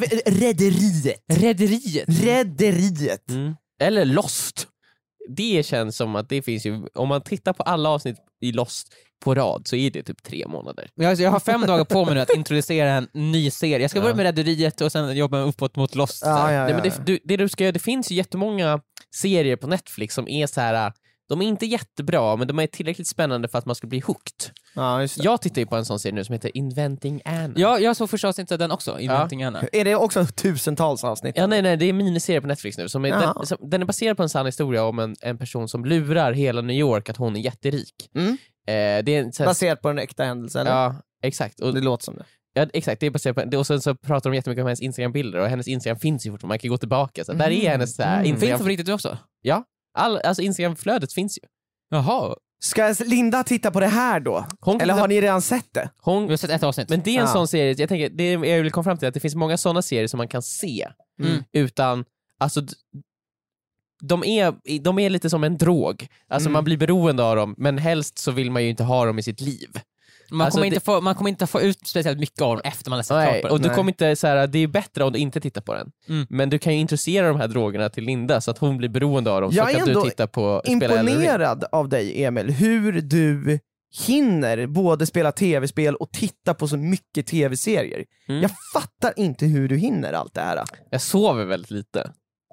Rederiet. Eller Lost. Det känns som att det finns ju, om man tittar på alla avsnitt i Lost på rad så är det typ 3 månader. Jag har 5 dagar på mig nu att introducera en ny serie. Jag ska börja med Rederiet och sen jobba uppåt mot Lost. Ja. Nej, men det du ska göra, det finns ju jättemånga serier på Netflix som är så här. De är inte jättebra, men de är tillräckligt spännande för att man ska bli hooked. Ja, just det. Jag tittar ju på en sån serie nu som heter Inventing Anna. Ja, jag såg förstås inte den också, Inventing Anna. Är det också tusentals avsnitt? Ja, nej, det är en miniserie på Netflix nu. Den är baserad på en sann historia om en person som lurar hela New York att hon är jätterik. Det är Baserat på en äkta händelse, eller? Ja, exakt. Och det låter som det. Ja, exakt, det är baserat på det. Och sen så pratar de jättemycket om hennes Instagram-bilder, och hennes Instagram finns ju fortfarande, man kan gå tillbaka. Så där är hennes Instagram. Finns det på riktigt också? Ja, alltså Instagram-flödet finns ju. Jaha. Ska Linda titta på det här då? Eller har ni redan sett det? Vi har sett ett avsnitt. Men det är en sån serie, jag tänker, jag vill komma fram till att det finns många såna serier som man kan se utan, alltså de är lite som en drog. Alltså man blir beroende av dem, men helst så vill man ju inte ha dem i sitt liv. Man alltså, kommer inte få ut speciellt mycket av dem efter man har sett klart på den. Och du kommer inte så här, det är bättre om du inte tittar på den. Men du kan ju introducera de här drogerna till Linda så att hon blir beroende av dem. Jag så är kan du titta på imponerad av dig, Emil, hur du hinner både spela tv-spel och titta på så mycket tv-serier. Jag fattar inte hur du hinner allt det här. Jag sover väldigt lite.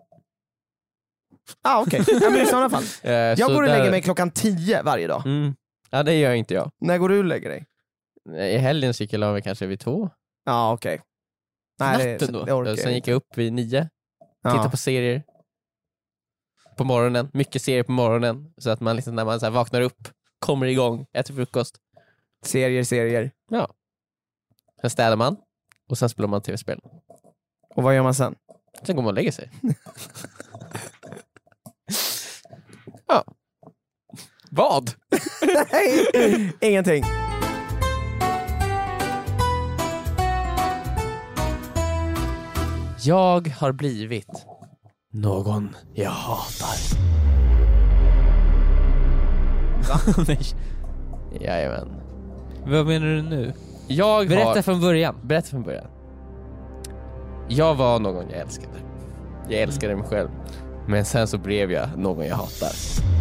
Okej. Ja, men i sådana fall. Jag går och lägger mig 10:00 varje dag. Ja, det gör inte jag. När går du och lägger dig? I helgen så gick jag la mig kanske vid 2. Ja, okej. Nej, natten då? det orkar jag Sen gick jag upp vid 9. Titta på serier. På morgonen. Mycket serier på morgonen. Så att man liksom, när man så här vaknar upp, kommer igång, äter frukost. Serier. Ja. Sen städar man. Och sen spelar man tv-spel. Och vad gör man sen? Sen går man och lägger sig. Ja. Vad? Nej, ingenting. Jag har blivit någon jag hatar. Nej. Jajamän. Vad menar du nu? Berätta från början. Jag var någon jag älskade. Jag älskade mig själv. Men sen så blev jag någon jag hatar.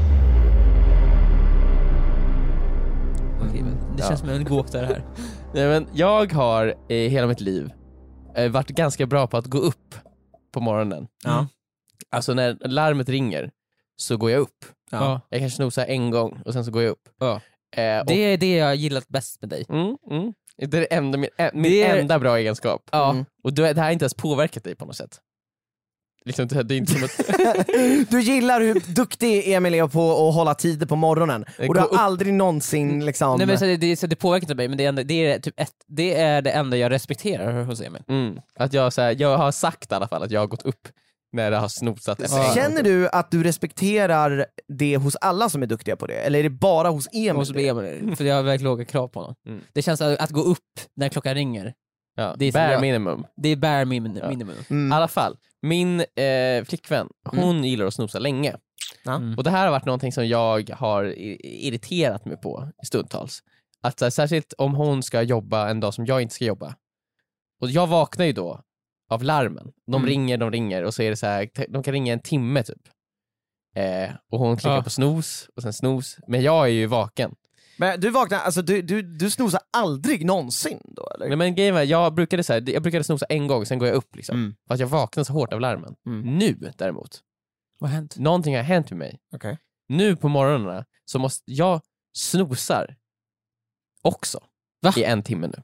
Det känns som en gåta det här. Nej, men jag har i hela mitt liv varit ganska bra på att gå upp på morgonen. Alltså när larmet ringer så går jag upp. Jag kanske snosar en gång och sen så går jag upp. Det är det jag gillat bäst med dig. Det är det enda, min enda bra egenskap. Och det här har inte ens påverkat dig på något sätt. Liksom, det är inte som att... Du gillar hur duktig Emil är på att hålla tider på morgonen. Och du har aldrig någonsin liksom... Nej, men så det påverkar inte mig, men det är det enda jag respekterar hos Emil. Att jag har sagt i alla fall att jag har gått upp när det har snosat. Känner du att du respekterar det hos alla som är duktiga på det? Eller är det bara hos Emil? Hos Emil, för jag har väldigt låga krav på honom. Det känns att gå upp när klockan ringer. Ja, det är bare minimum. Det är bare minimum. I alla fall, min flickvän, hon gillar att snosa länge. Och det här har varit någonting som jag har irriterat mig på i stundtals. Att särskilt om hon ska jobba en dag som jag inte ska jobba. Och jag vaknar ju då av larmen. De ringer och så är det så här, de kan ringa en timme typ. Och hon klickar på snooze och sen snooze. Men jag är ju vaken. Men du vaknar, alltså du snosar aldrig någonsin då eller? Nej, men grejen var, jag brukade snosa en gång, sen går jag upp liksom. För att jag vaknar så hårt av larmen. Nu däremot. Vad har hänt? Någonting har hänt med mig. Okay. Nu på morgonerna så måste jag snosar också. I 1 timme nu.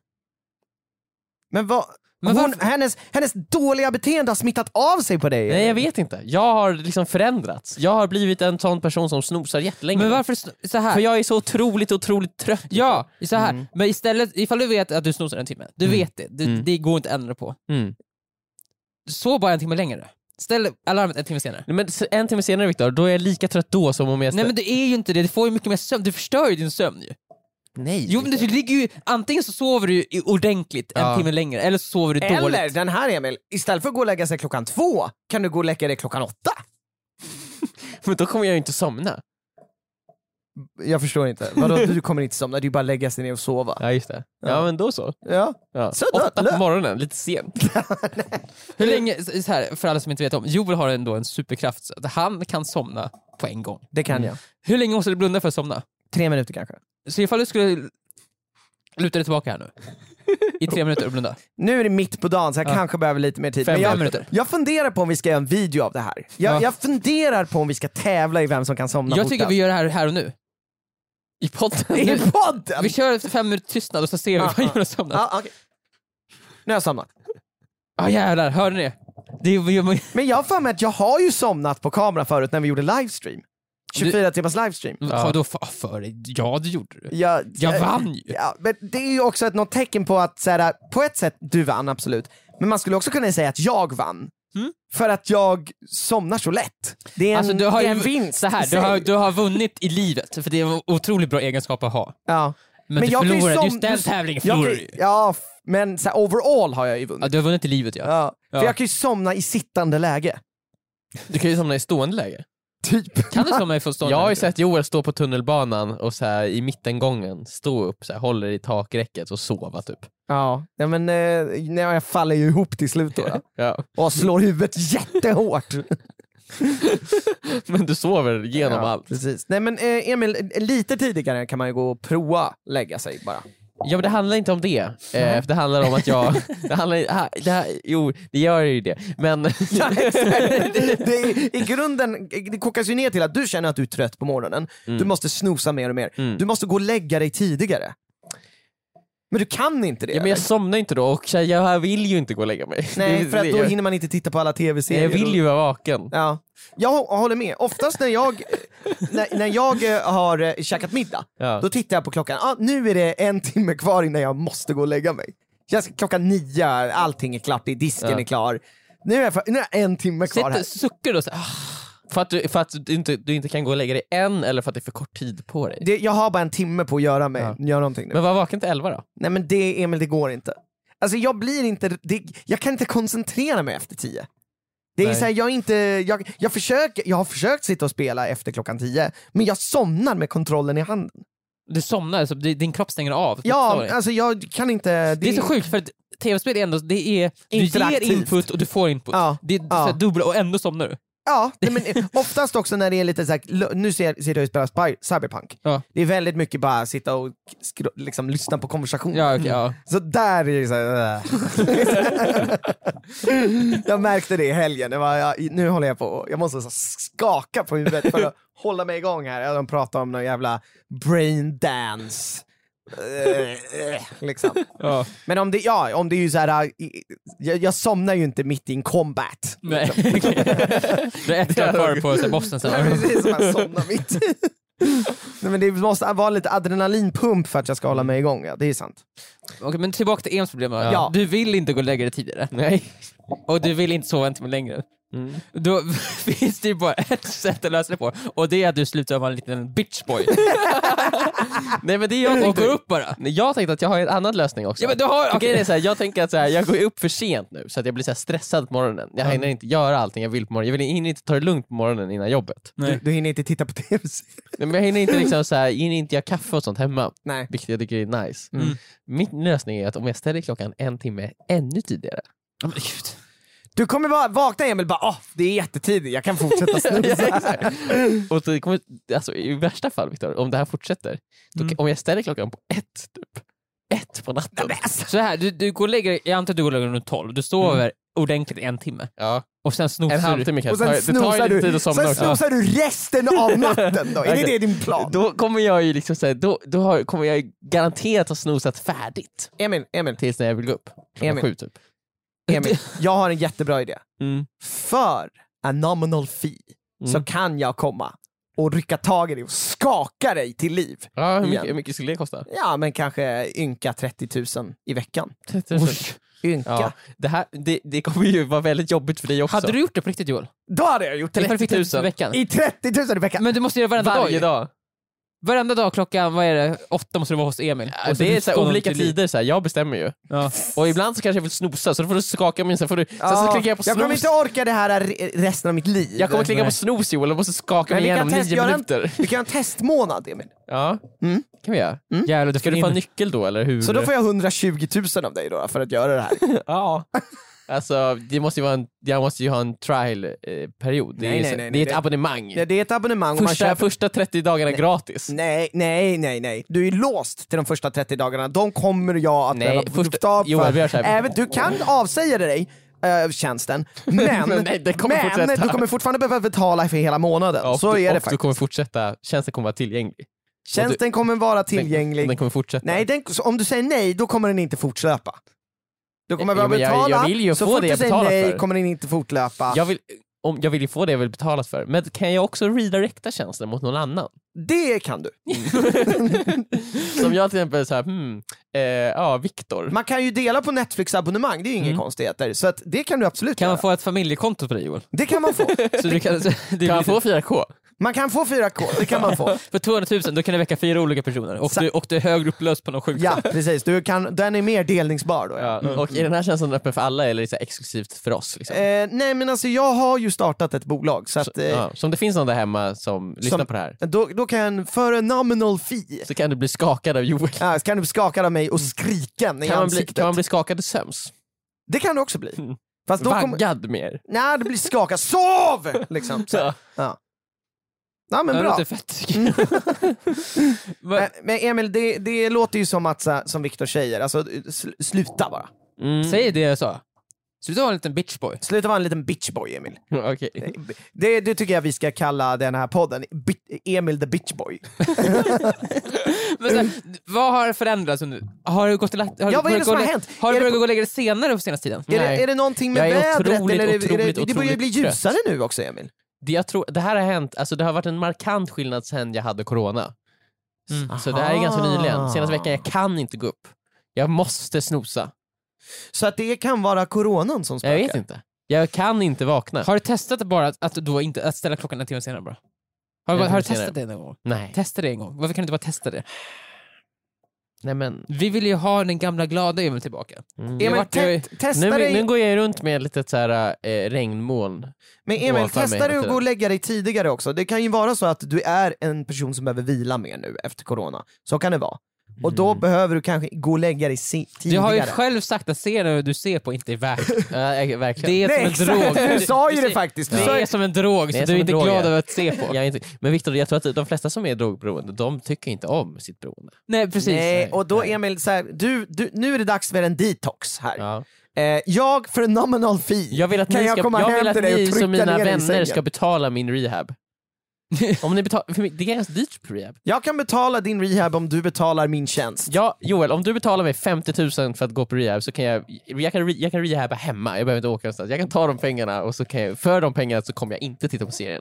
Men vad? Hennes dåliga beteende har smittat av sig på dig? Nej, jag vet inte. Jag har liksom förändrats. Jag har blivit en sån person som snosar jättelänge. Men varför så här? För jag är så otroligt trött. Ja, så här. Men istället, ifall du vet att du snosar en timme, du vet det. Det går inte att ändra på. Så bara 1 timme längre. Ställ alarmet 1 timme senare. Nej, men 1 timme senare, Viktor, då är jag lika trött då som om jag... Nej, men det är ju inte det. Du får ju mycket mer sömn. Du förstör ju din sömn ju. Nej. Jo, men det ligger ju, antingen så sover du ordentligt 1 timme längre, eller så sover du dåligt. Eller den här, Emil, istället för att gå och lägga sig 2:00 kan du gå och lägga dig 8:00. Men då kommer jag ju inte somna. Jag förstår inte. Vadå, du kommer inte somna, du bara lägga sig ner och sova. Ja, just det. Ja, men då så. Ja. Så 8 på morgonen, lite sent. Hur länge, så här, för alla som inte vet om, Joel har ändå en superkraft så att han kan somna på en gång. Det kan jag. Hur länge måste du blunda för att somna? 3 minuter kanske. Så ifall du skulle luta dig tillbaka här nu i 3 minuter och blunda. Nu är det mitt på dagen så jag kanske behöver lite mer tid. 5 minuter. Jag funderar på om vi ska göra en video av det här. Jag funderar på om vi ska tävla i vem som kan somna. Jag tycker vi gör det här och nu. I podden. I podden? Vi kör 5 minuter tystnad och så ser vi vad Joel har somnat. Okay. Nu har jag somnat. Jävlar, hörde ni? Men jag har för mig att jag har ju somnat på kamera förut när vi gjorde livestream. 24 timmars livestream. Ja, då för dig. Ja, det gjorde du. Jag vann ju. Ja, men det är ju också något tecken på att så här, på ett sätt du vann absolut, men man skulle också kunna säga att jag vann. För att jag somnar så lätt. Det är en, du har det är en vinst. Så här, du har vunnit i livet, för det är en otroligt bra egenskap att ha. Ja. Men du jag kan ju förlorade, just den tävlingen förlorade du. Ja, men så här, overall har jag ju vunnit. Ja, du har vunnit i livet, ja. För jag kan ju somna i sittande läge. Du kan ju somna i stående läge. Typ. Kan du somna i stående Jag har ju läge? sett Joel stå på tunnelbanan och så här, i mittengången stå upp, så här, håller i takräcket och sova typ. Ja, men när jag faller ju ihop till slut då. Ja. Och slår huvudet jättehårt. Men du sover genom allt. Precis. Nej men Emil, lite tidigare kan man ju gå och prova lägga sig bara. Ja, men det handlar inte om det. För det handlar om att jag... Jo, det gör ju det. Men... I grunden, det kokas ju ner till att du känner att du är trött på morgonen. Du måste snosa mer och mer. Du måste gå och lägga dig tidigare. Men du kan inte det. Ja, men jag somnar inte då och jag vill ju inte gå och lägga mig. Nej, för att då hinner man inte titta på alla tv-serier. Jag vill ju vara vaken. Ja. Jag håller med. Oftast när jag har käkat middag, då tittar jag på klockan. Nu är det 1 timme kvar innan jag måste gå och lägga mig. Klockan 9, allting är klart, disken är klar. Nu är jag 1 timme kvar här. Suckar då så För att du inte kan gå och lägga dig än, eller för att det är för kort tid på dig? Jag har bara 1 timme på att göra någonting nu. Men var vaken till 11 då? Nej men Emil, det går inte. Alltså jag blir inte, jag kan inte koncentrera mig efter 10. Det är så här, jag har försökt sitta och spela efter klockan 10, men jag somnar med kontrollen i handen. Du somnar, så din kropp stänger av. Ja, alltså jag kan inte... Det är så sjukt, för att tv-spel är ändå, det är, du ger input och du får input. Det är så här dubbla, och ändå somnar du. Ja, men oftast också när det är lite så här, nu ser jag ju spela Cyberpunk. Det är väldigt mycket bara sitta och liksom lyssna på konversationer. Så där är det så här, jag märkte det i helgen. Nu håller jag på, jag måste så skaka på huvudet för att hålla mig igång här. De pratar om någon jävla brain dance. Liksom. Men om det är ju så här, jag somnar ju inte mitt i en combat. Nej. Du är ett slag kvar på bossen sen. Precis, som man somnar mitt i. Nej, men det måste vara lite adrenalinpump för att jag ska hålla mig igång, det är sant. Okej, men tillbaka till Ems problem. Ja. Du vill inte gå och lägga dig tidigare. Nej. Och du vill inte sova 1 timme längre. Då finns det ju bara ett sätt att lösa det på, och det är att du slutar vara en liten bitchboy. Nej, men det är jag och går upp bara. Jag tänkte att jag har en annan lösning också. Ja, men du har, det är så här, jag tänker att så här, jag går upp för sent nu, så att jag blir så här stressad på morgonen. Jag hinner inte göra allting jag vill på morgonen. Jag hinner inte ta det lugnt på morgonen innan jobbet. Du hinner inte titta på tv. Men jag hinner inte liksom så här, hinner inte göra kaffe och sånt hemma. Nej. Vilket jag tycker är nice. Min lösning är att om jag ställer klockan 1 timme ännu tidigare. Oh, men gud. Du kommer bara vakna, Emil, bara det är jättetidigt, jag kan fortsätta snusa. Och det kommer, alltså, i värsta fall, Victor, om det här fortsätter, då, om jag ställer klockan på 1 typ, 1 på natten. Så här, du går och lägger, jag antar att du går och lägger runt 12, du sover ordentligt i 1 timme. Ja. Och sen snosar en halvtimme och sen det tar lite tid att somna. Sen snosar du resten av natten då? Är det din plan? Då kommer jag ju liksom säga, då kommer jag garanterat ha snosat färdigt. Emil. Tills när jag vill gå upp. 7 typ. Emil, jag har en jättebra idé. För a nominal fee så kan jag komma och rycka tag i dig och skaka dig till liv. Ja, hur mycket skulle det kosta? Ja, men kanske ynka 30 000 i veckan. 30 000. Ynka. Ja, det kommer ju vara väldigt jobbigt för dig också. Hade du gjort det på riktigt, Joel? Då hade jag gjort 30 000 i veckan. I 30 000 i veckan. Men du måste göra varje dag. Varenda dag klockan, vad är det? 8 måste du vara hos Emil. Ja, det är så här, olika tider, så här, jag bestämmer ju. Ja. Och ibland så kanske jag vill snosa, så då får du skaka min, sen får du... Ja, sen så klickar jag på snus. Jag kommer inte orka det här resten av mitt liv. Jag kommer klicka på snus, Joel, och måste skaka mig igenom 9 minuter. Vi kan ha en testmånad, Emil. Ja, kan vi göra. Jävlar, ska du få en nyckel då, eller hur? Så då får jag 120 000 av dig då, för att göra det här. Ja. Alltså, jag måste ju ha en trial-period. Det är ett abonnemang. Det är ett abonnemang. Första 30 dagarna gratis. Nej. Du är låst till de första 30 dagarna. De kommer jag att behöva betala för. Även du kan avsäga dig tjänsten, men du kommer fortfarande behöva betala för hela månaden. Ja, så är det faktiskt. Du kommer fortsätta, tjänsten kommer vara tillgänglig. Tjänsten kommer vara tillgänglig. Den kommer fortsätta. Nej, om du säger nej, då kommer den inte fortlöpa. Du kommer behöva betala, jag vill ju så få fort det du jag säger betalar nej för. kommer den inte fortlöpa. om jag vill ju få det jag vill betalas för. Men kan jag också redirecta tjänsten mot någon annan? Det kan du. Som jag till exempel såhär, Viktor. Man kan ju dela på Netflix-abonnemang, det är ju inga konstigheter. Så att det kan du absolut Kan göra. man få ett familjekonto på det, Joel? Det kan man få. Så du kan Kan man få 4K? Man kan få 4K, det kan man få. För 200 000, då kan du väcka 4 olika personer. Och du är högre upplöst på någon sjuk. Ja, precis. Den är mer delningsbar då. Ja. Och är den här tjänsten öppen för alla eller är det så här exklusivt för oss? Liksom? Nej men alltså jag har ju startat ett bolag så att... Så om det finns någon där hemma som lyssnar på det här, då kan för en nominal fee så kan du bli skakad av Joel. så kan du bli skakad av mig och skriken i ansiktet. Kan man bli skakad i söms? Det kan du också bli. Fast då Vaggad mer? Nej, det blir skakad. Sov! Liksom. Så. Ja. Ja men bra. Det är fett. Men Emil, det låter ju som att, som Viktor säger, alltså sluta bara. Säg det jag sa. Sluta vara en liten bitchboy. Sluta vara en liten bitchboy, Emil. Okay. Det tycker jag vi ska kalla den här podden Emil the bitchboy. Men så här, vad har förändrats under? Har du gått till vad är det som har hänt? Har du börjat gå och lägga det senare på senaste tiden? Är det någonting med vädret? Eller det börjar bli ljusare trött nu också, Emil. Jag tror, det här har hänt, alltså det har varit en markant skillnad sen jag hade corona. Så det här är ganska nyligen. Senaste veckan, jag kan inte gå upp. Jag måste snosa. Så att det kan vara coronan som spökar? Jag vet inte. Jag kan inte vakna. Har du testat bara att ställa klockan en timme senare bara? Har du testat det en gång? Nej. Testa det en gång. Varför kan du inte bara testa det? Nej, men... Vi vill ju ha den gamla glada Emil tillbaka. Nu går jag runt med lite så här regnmoln. Men Emil, testa du att gå och lägga dig tidigare också. Det kan ju vara så att du är en person som behöver vila mer nu efter corona. Så kan det vara. Och då behöver du kanske gå och lägga dig tidigare. Du har ju själv sagt att serien du ser på inte är värt. Verkligen. Det är som en drog. Du sa ju det faktiskt. Det är som en drog, så du är inte glad över att se på. Men Viktor, jag tror att de flesta som är drogberoende, de tycker inte om sitt beroende. Nej, precis. Nej, och då Emil, så här, nu är det dags för en detox här. Ja. Jag för en nominal fee. Jag vill att ni som mina vänner ska betala min rehab. Om ni betalar, för det är ganska dyrt på rehab. Jag kan betala din rehab om du betalar min tjänst. Ja, Joel, om du betalar mig 50 000 för att gå på rehab så kan jag kan rehabba hemma. Jag behöver inte åka någonstans. Jag kan ta de pengarna och så kan för de pengarna så kommer jag inte titta på serien.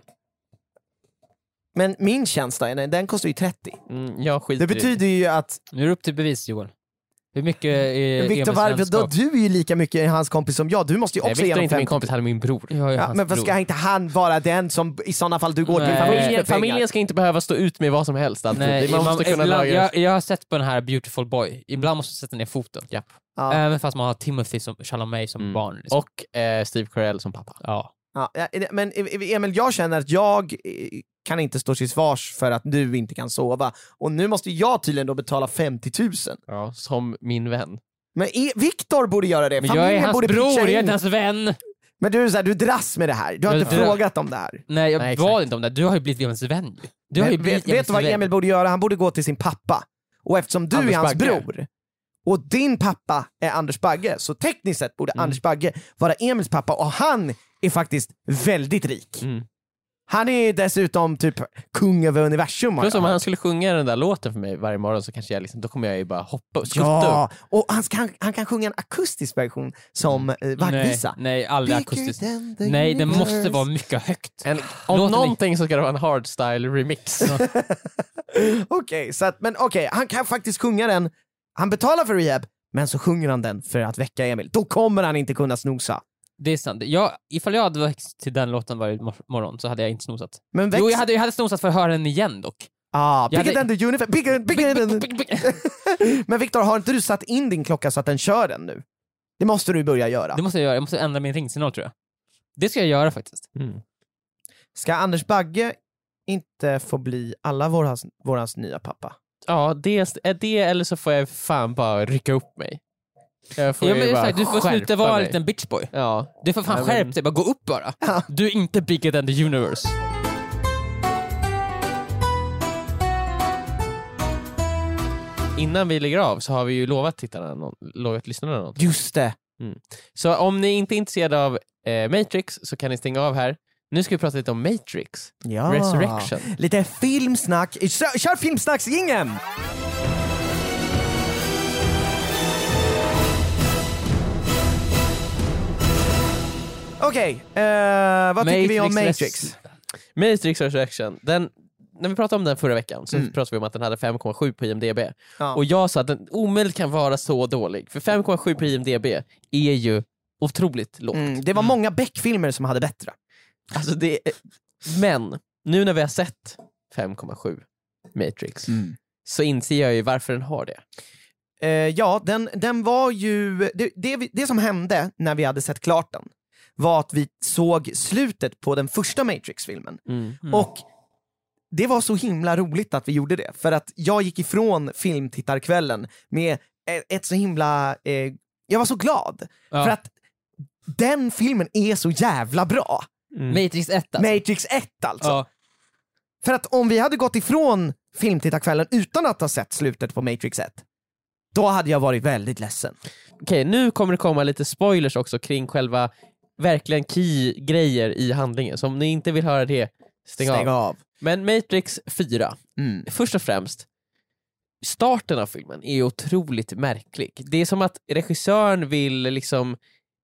Men min tjänst då, den kostar ju 30. Jag skiter det betyder ju att... Nu är det upp till bevis, Joel. Hur mycket är Victor, varför, du är ju lika mycket hans kompis som jag. Du måste ju också Victor är inte min kompis, han är min bror. Men vad ska inte han vara den som i sådana fall du går till familjen ska inte behöva stå ut med vad som helst. Nej, man måste kunna jag har sett på den här Beautiful Boy. Ibland måste man sätta ner foten. Japp. Ja. Även fast man har Timothy som Chalamet som barn. Liksom. Och Steve Carell som pappa. Ja, men Emil, jag känner att jag kan inte stå till svars för att du inte kan sova. Och nu måste jag tydligen då betala 50 000. Ja, som min vän. Men Viktor borde göra det. Men jag är hans bror, jag är inte hans vän. Men du dras med det här. Du har inte frågat om det här. Nej, jag bad inte om det. Du har ju blivit hans vän. Vet du vad Emil borde göra? Han borde gå till sin pappa. Och eftersom du är hans bror och din pappa är Anders Bagge, så tekniskt sett borde Anders Bagge vara Emils pappa, och han är faktiskt väldigt rik. Han är dessutom typ kung över universum. Plus om han skulle sjunga den där låten för mig varje morgon så kanske jag liksom, då kommer jag ju bara hoppa och skutta upp. Och han kan sjunga en akustisk version som vaggvisa. Nej, aldrig akustisk. Nej, det måste vara mycket högt. Om någonting så ska det vara en hardstyle remix. Okej, han kan faktiskt sjunga den. Han betalar för rehab, men så sjunger han den för att väcka Emil. Då kommer han inte kunna snosa. Det är sant. Ifall jag hade växt till den låten varje morgon så hade jag inte snosat. Men Jo, jag hade snosat för att höra den igen dock. Bigger than the universe. Men Victor, har inte du satt in din klocka så att den kör den nu? Det måste du börja göra. Det måste jag göra. Jag måste ändra min ringsignal, tror jag. Det ska jag göra faktiskt. Ska Anders Bagge inte få bli alla vårans nya pappa? Ja, det är det, eller så får jag fan bara rycka upp mig. Du får sluta vara en liten bitchboy. Ja. Du får fan skärp dig, bara gå upp bara. Du är inte bigger than the universe. Innan vi lägger av så har vi ju lovat lyssnarna något. Just det. Så om ni inte är intresserade av Matrix så kan ni stänga av här. Nu ska vi prata lite om Matrix. Resurrection. Lite filmsnack. Kör filmsnacksjingeln! Okej, vad tycker vi om Matrix? Matrix Resurrection, när vi pratade om den förra veckan så pratade vi om att den hade 5,7 på IMDb. Ja. Och jag sa att den omöjligt kan vara så dålig. För 5,7 på IMDb är ju otroligt lågt. Det var många Beck-filmer som hade bättre. Alltså men nu när vi har sett 5,7 Matrix så inser jag ju varför den har det. Ja, den var ju... Det som hände när vi hade sett klart den var att vi såg slutet på den första Matrix-filmen. Och det var så himla roligt att vi gjorde det. För att jag gick ifrån filmtittarkvällen med ett så himla... jag var så glad. Ja. För att den filmen är så jävla bra. Matrix 1 alltså. Matrix 1 alltså. Ja. För att om vi hade gått ifrån filmtittarkvällen utan att ha sett slutet på Matrix 1, då hade jag varit väldigt ledsen. Okej, nu kommer det komma lite spoilers också kring själva verkligen key-grejer i handlingen. Så om ni inte vill höra det, stäng av. Men Matrix 4, först och främst, starten av filmen är otroligt märklig. Det är som att regissören vill liksom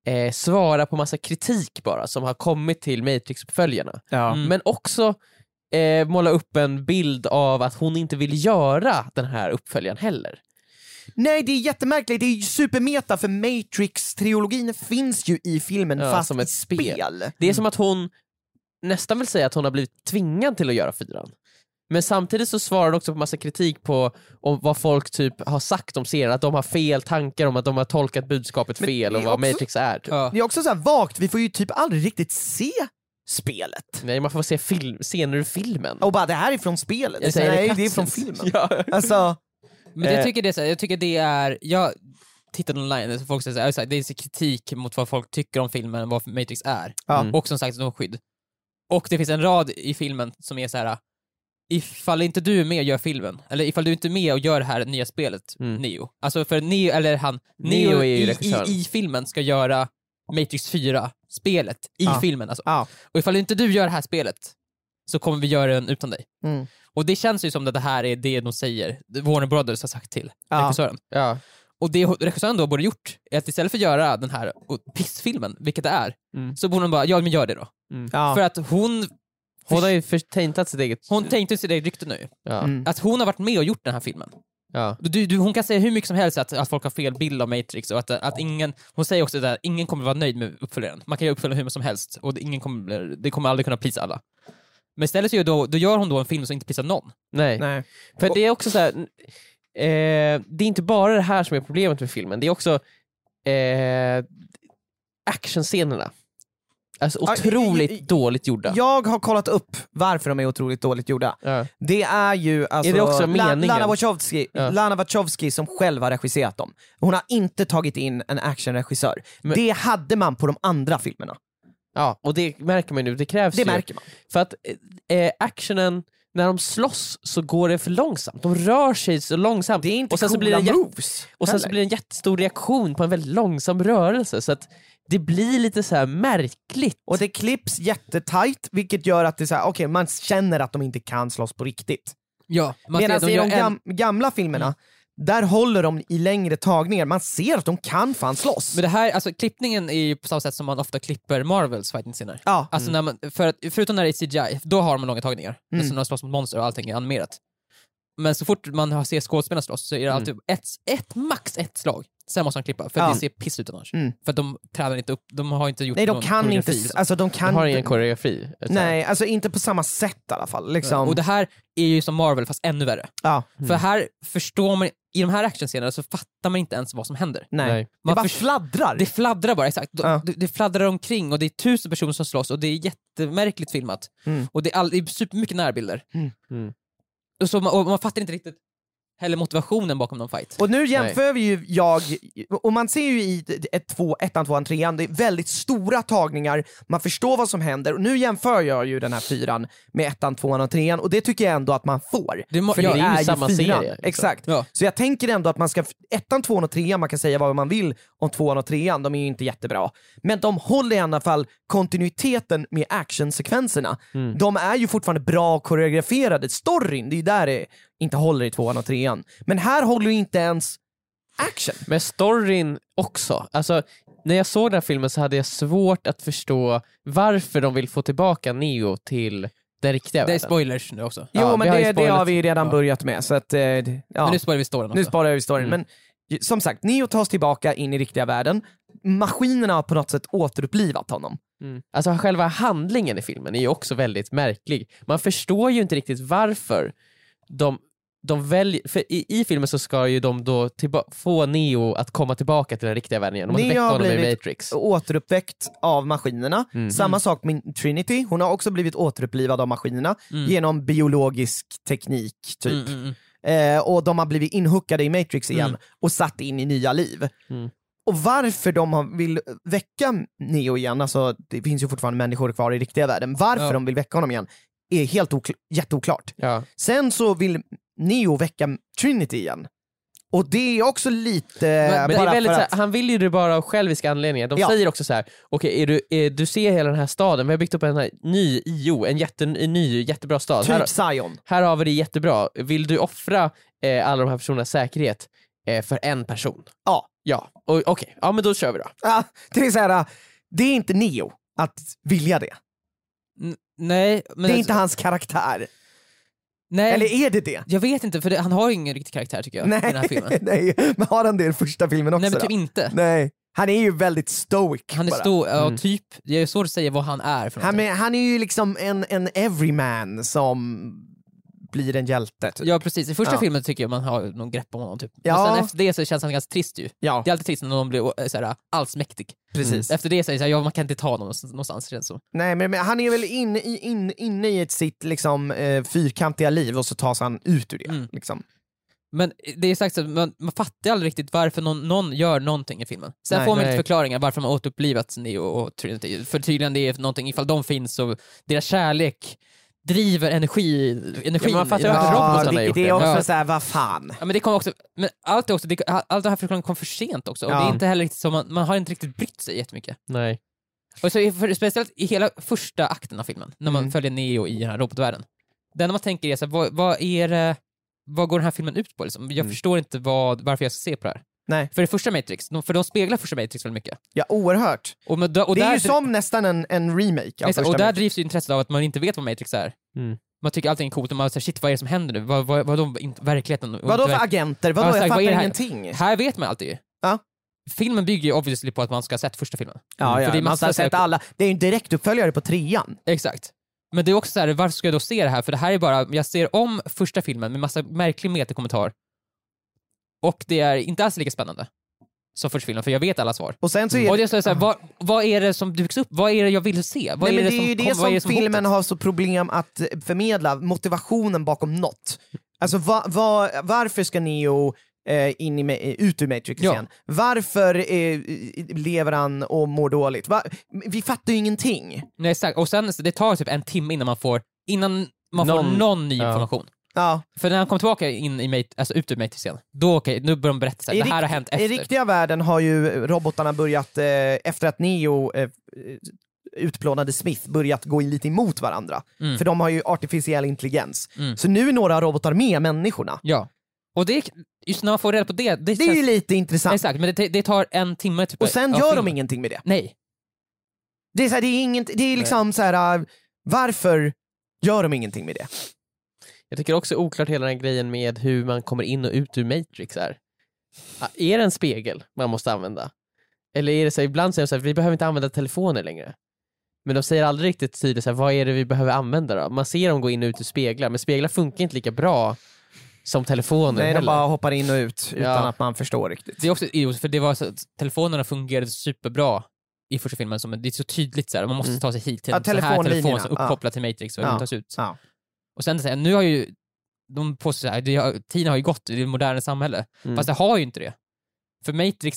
svara på massa kritik bara som har kommit till Matrix-uppföljarna. Ja. Men också måla upp en bild av att hon inte vill göra den här uppföljaren heller. Nej, det är jättemärkligt. Det är ju supermeta, för Matrix-trilogin finns ju i filmen fast som ett spel. Det är som att hon nästan vill säga att hon har blivit tvingad till att göra 4. Men samtidigt så svarar hon också på massa kritik på om vad folk typ har sagt om serien, att de har fel tankar om att de har tolkat budskapet fel och vad också, Matrix är. Typ. Det är också så här vagt, vi får ju typ aldrig riktigt se spelet. Nej, man får se scener ur filmen. Och bara, det här är från spelet. Det är från filmen. Ja. Alltså... Men jag tycker det är jag tittade online så folk säger så här, det är kritik mot vad folk tycker om filmen, vad Matrix är. Och som sagt något skydd. Och det finns en rad i filmen som är så här: ifall inte du är med och gör filmen, eller ifall du inte är med och gör det här nya spelet, Neo. Alltså för Neo, eller Neo är ju i filmen ska göra Matrix 4 spelet i filmen alltså. Och ifall inte du gör det här spelet så kommer vi göra den utan dig. Och det känns ju som att det här är det de säger, Warner Brothers har sagt till regissören. Ja. Och det regissören då borde gjort är att istället för att göra den här pissfilmen, vilket det är, så borde hon bara, ja men gör det då. För att hon har ju tänkt sitt eget... Hon tänkte sitt eget rykte nu. Att hon har varit med och gjort den här filmen. Hon kan säga hur mycket som helst att folk har fel bild av Matrix och att ingen... Hon säger också att ingen kommer vara nöjd med uppföljaren. Man kan göra uppföljaren hur som helst och det kommer aldrig kunna plisa alla. Men istället så då gör hon då en film som inte pissar någon. Nej. För det är också så här, det är inte bara det här som är problemet med filmen. Det är också actionscenerna. Alltså otroligt dåligt gjorda. Jag har kollat upp varför de är otroligt dåligt gjorda. Det är ju alltså är det också Lana Wachowski som själv har regisserat dem. Hon har inte tagit in en actionregissör. Det hade man på de andra filmerna. Ja, och det märker man nu, det krävs det märker man. För att actionen, när de slåss så går det för långsamt. De rör sig så långsamt. Det är inte och sen coola så blir det moves. Och sen så blir det en jättestor reaktion på en väldigt långsam rörelse. Så att det blir lite så här märkligt. Och det klipps jättetajt, vilket gör att det är så här, okej, man känner att de inte kan slåss på riktigt. Ja, medan i de gamla filmerna, där håller de i längre tagningar. Man ser att de kan fan slåss. Men det här, alltså klippningen är ju på samma sätt som man ofta klipper Marvels fighting-scener. Ja. Alltså när man, förutom när det är CGI, då har man långa tagningar. Alltså när de slåss mot monster och allting är animerat. Men så fort man ser skådespelarna slåss så är det alltid max ett slag. Sen måste man klippa, för det ser piss ut annars. För att de tränar inte upp, de har inte gjort någon koreografi. De har ingen koreografi. Nej, alltså inte på samma sätt i alla fall. Liksom. Och det här är ju som Marvel, fast ännu värre. För här förstår man, i de här actionscenerna så fattar man inte ens vad som händer. Nej. Det bara fladdrar. Det fladdrar bara, exakt. Det fladdrar omkring och det är 1000 personer som slåss och det är jättemärkligt filmat. Och det är supermycket närbilder. Och man fattar inte riktigt heller motivationen bakom någon fight. Och nu jämför vi ju och man ser ju i ettan, tvåan, trean, det är väldigt stora tagningar, man förstår vad som händer, och nu jämför jag ju den här 4 med ettan, tvåan och trean, och det tycker jag ändå att man får. För det är ju samma serie. Liksom. Exakt. Ja. Så jag tänker ändå att man ska, ettan, tvåan och trean, man kan säga vad man vill om tvåan och trean, de är ju inte jättebra. Men de håller i alla fall kontinuiteten med actionsekvenserna. De är ju fortfarande bra koreograferade. Storyn, det är ju där det inte håller i tvåan och trean. Men här håller ju inte ens action. Men storyn också. Alltså, när jag såg den här filmen så hade jag svårt att förstå varför de vill få tillbaka Neo till den riktiga Det är världen. spoilers nu också. Jo, men vi har ju det spoilat. har vi redan börjat med. Så att, ja. Men nu sparar vi storyn också. Nu sparar vi storyn. Men som sagt, Neo tas tillbaka in i riktiga världen. Maskinerna har på något sätt återupplivat honom. Alltså själva handlingen i filmen är ju också väldigt märklig. Man förstår ju inte riktigt varför de väljer, för i filmen så ska ju de då få Neo att komma tillbaka till den riktiga världen igen. De måste väcka honom i Matrix. Återuppväckt av maskinerna. Samma sak med Trinity. Hon har också blivit återupplivad av maskinerna genom biologisk teknik typ. Och de har blivit inhookade i Matrix igen och satt in i nya liv. Och varför de vill väcka Neo igen, alltså det finns ju fortfarande människor kvar i riktiga världen, varför de vill väcka honom igen är helt jätteoklart. Ja. Sen så vill Neo väcka Trinity igen. Och det är också lite... Men det är väldigt för så här, att... han vill ju det bara av själviska anledningar. De säger också så här: okej, du ser hela den här staden, vi har byggt upp en här ny IO, en ny jättebra stad. Typ Zion. Här har vi det jättebra. Vill du offra alla de här personernas säkerhet för en person? Ja. Ja, okej. Ja, men då kör vi då. Ja, det är så här, det är inte Neo att vilja det. Nej, men det är inte hans karaktär. Nej. Eller är det? Jag vet inte, för han har ju ingen riktig karaktär tycker jag i den här filmen. Nej, men har han det i första filmen också? Nej, men typ då? inte. Nej, han är ju väldigt stoic. Han är bara. typ, det är svårt att säga vad han är för han är ju liksom en everyman som blir en hjälte typ. Ja, precis. I första filmen tycker jag man har någon grepp om honom typ. Ja. Men sen efter det så känns han ganska trist ju. Ja. Det är alltid trist när någon blir såhär allsmäktig. Precis. Efter det säger jag man kan inte ta någon någonstans, känns så. Nej, men han är väl inne i sitt liksom fyrkantiga liv och så tas han ut ur det. Liksom. Men det är sagt så man fattar aldrig riktigt varför någon gör någonting i filmen. Sen får man inte förklaringar varför man återupplivat Neo och Trinity. För tydligen det är någonting, ifall de finns och deras kärlek driver energin. Man fattar ju att robotarna har gjort det är också såhär, vad fan. Ja, men det kommer också, men allt det här förklaringen kom för sent också. Och det är inte heller riktigt så, man har inte riktigt brytt sig jättemycket. Nej. Och så speciellt i hela första akten av filmen, när man följer Neo i den här robotvärlden. Det enda man tänker är så här, vad går den här filmen ut på? Liksom? Jag förstår inte varför jag ska se på det här. Nej. För det första Matrix, för de speglar första Matrix väldigt mycket. Ja, oerhört. Och det är där, ju som nästan en remake av första och där Matrix. drivs ju intresset av att man inte vet vad Matrix är. Man tycker allting är coolt och man säger shit, vad är det som händer nu? Vad är de verkligheten? Vadå för agenter? Vadå? Jag fattar vad är det här? ingenting. Här vet man alltid ju. Ja. Filmen bygger ju obviously på att man ska ha sett första filmen. Ja, För det är man ska ha sett alla. Det är ju en direkt uppföljare på 3:an. Exakt. Men det är också så här, varför ska jag då se det här? För det här är bara, jag ser om första filmen med massa märklig metakommentar. Och det är inte alls lika spännande som första filmen, för jag vet alla svar. Och sen så är och det är så här, vad är det som byggs upp? Vad är det jag vill se? Nej, men det är ju det som filmen har så problem att förmedla, motivationen bakom något. Alltså varför ska Neo ut ur Matrix igen? Varför lever han och mår dåligt? Vi fattar ju ingenting. Nej, exakt. Och sen det tar typ en timme innan man får någon ny information. Ja. För när han kom tillbaka in i ut ur Matrix igen, då nu börjar de berätta såhär, det här har hänt efter. I riktiga världen har ju robotarna börjat, efter att Neo utplånade Smith, börjat gå in lite emot varandra. För de har ju artificiell intelligens. Så nu är några robotar med människorna. Ja. Och det, just när man får reda på det är ju lite intressant. Exakt, men det tar en timme typ. Och sen gör de ingenting med det. Nej. Det är så här, det är liksom så här, varför gör de ingenting med det? Jag tycker också oklart hela den grejen med hur man kommer in och ut ur Matrix är. Är det en spegel man måste använda? Eller är det så här, ibland säger de så här, vi behöver inte använda telefoner längre. Men de säger aldrig riktigt tydligt så här, vad är det vi behöver använda då? Man ser dem gå in och ut ur speglar, men speglar funkar inte lika bra som telefoner. Nej, heller. de bara hoppar in och ut utan att man förstår riktigt. Det är också för det var så att telefonerna fungerade superbra i första filmen, det är så tydligt så här, man måste ta sig hit till en sån här telefon som är uppkopplad till Matrix och tas ut. Ja. Och sen så här, nu har ju de på så här, tiden har ju gått i det moderna samhälle. Fast det har ju inte det. För Matrix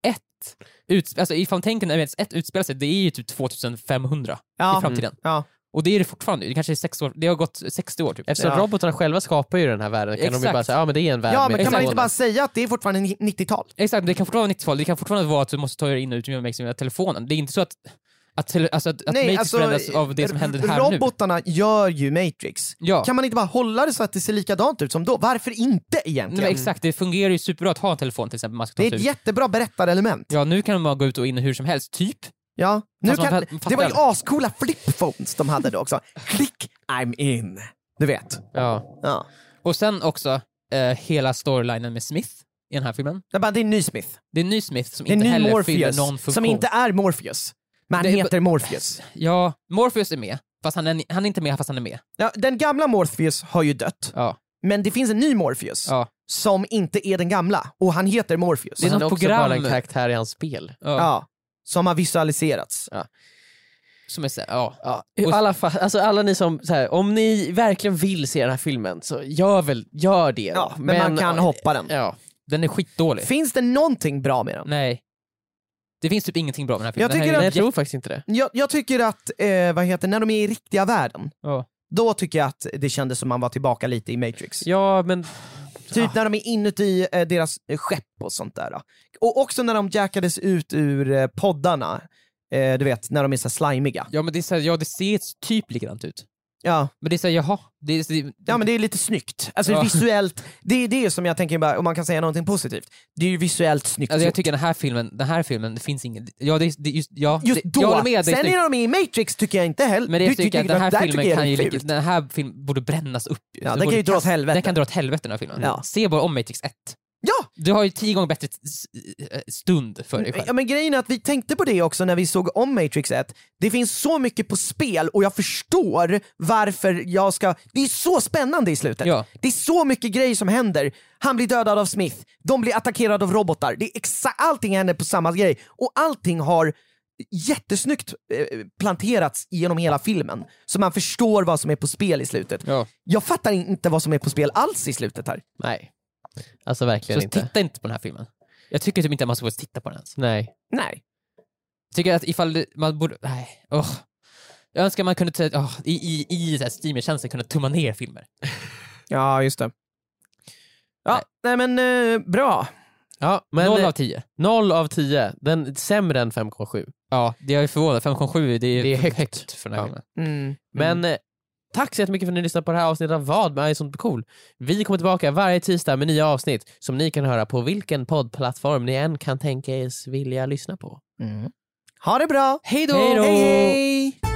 1 alltså ifall man tänker när Matrix 1 utspelar sig, det är ju typ 2500 i framtiden. Ja. Och det är det fortfarande. Det kanske är 6 år. Det har gått 60 år typ. Eftersom robotarna själva skapar ju den här världen, kan de ju bara säga, ja men det är en värld men med kan man telefoner. inte bara säga att det är fortfarande 90-tal? Exakt, det kan fortfarande vara 90-tal. Det kan fortfarande vara att du måste ta dig in och ut med telefonen. Det är inte så att Att Matrix förändras av det som händer här nu. Robotarna gör ju Matrix. Ja. Kan man inte bara hålla det så att det ser likadant ut som då? Varför inte egentligen? Nej, exakt, det fungerar ju superbra att ha en telefon till exempel. Man ska ta Det är ett jättebra berättarelement. Ja, nu kan man gå ut och in hur som helst, typ. Ja, nu Fast man det var ju ascoola flipphones de hade då också. Klick, I'm in. Du vet. Ja. Och sen också hela storylinen med Smith i den här filmen. Det är en ny Smith. Det är en ny Smith som Det är inte en ny heller fyller Morpheus, någon funktion. som inte är Morpheus. Men han heter Morpheus. Ja, Morpheus är med, fast han är inte med fast han är med. Ja, den gamla Morpheus har ju dött. Ja. Men det finns en ny Morpheus som inte är den gamla. Och han heter Morpheus. Det är något också program. bara en karaktär i hans spel. Ja, som har visualiserats. Ja. Som är så, ja. I alla fall, alltså alla ni som, så här, om ni verkligen vill se den här filmen så gör det. Ja, men man kan hoppa den. Ja. Den är skitdålig. Finns det någonting bra med den? Nej. Det finns typ ingenting bra med den här filmen. Jag tror faktiskt inte det. Jag tycker att, när de är i riktiga världen, då tycker jag att det kändes som man var tillbaka lite i Matrix. Ja, men... Typ när de är inuti deras skepp och sånt där. Och också när de jackades ut ur poddarna. Du vet, när de är så slimiga. Ja, men det är så här, det ser typ likadant ut. Ja. Men det är så här, jaha. Ja, men det är lite snyggt. Alltså visuellt, det är det som jag tänker bara, om man kan säga någonting positivt. Det är ju visuellt snyggt. Alltså jag tycker den här filmen, det finns ingen... Ja, det är just då. Jag håller med, sen när de är i Matrix tycker jag inte heller... Men det tycker jag, den här filmen kan ju... Den här filmen borde brännas upp. Ja, den kan ju dra åt helvete. Den kan dra åt helvete, den här filmen. Ja. Se bara om Matrix 1. Ja! Du har ju 10 gånger bättre stund för dig själv. Ja, men grejen är att vi tänkte på det också när vi såg om Matrix 1. Det finns så mycket på spel och jag förstår varför jag ska... Det är så spännande i slutet. Ja. Det är så mycket grejer som händer. Han blir dödad av Smith. De blir attackerade av robotar. Det är allting händer på samma grej. Och allting har jättesnyggt planterats genom hela filmen. Så man förstår vad som är på spel i slutet. Ja. Jag fattar inte vad som är på spel alls i slutet här. Nej. Alltså verkligen så inte. Titta inte på den här filmen. Jag tycker typ inte att man ska titta på den ens. Nej. Nej. Jag tycker att ifall man borde... Nej. Jag önskar man kunde i streamertjänsten kunna tumma ner filmer. Ja, just det. Ja, nej men bra. Ja, men 0 av 10. 0 av 10. Den sämre än 5,7. Ja, det är förvånad. 5,7 det är högt för den här filmen. Men tack så jättemycket för att ni lyssnade på det här avsnittet av Vad med Ison Cool. Vi kommer tillbaka varje tisdag med nya avsnitt som ni kan höra på vilken poddplattform ni än kan tänka er vilja lyssna på. Ha det bra! Hej då! Hej, hej!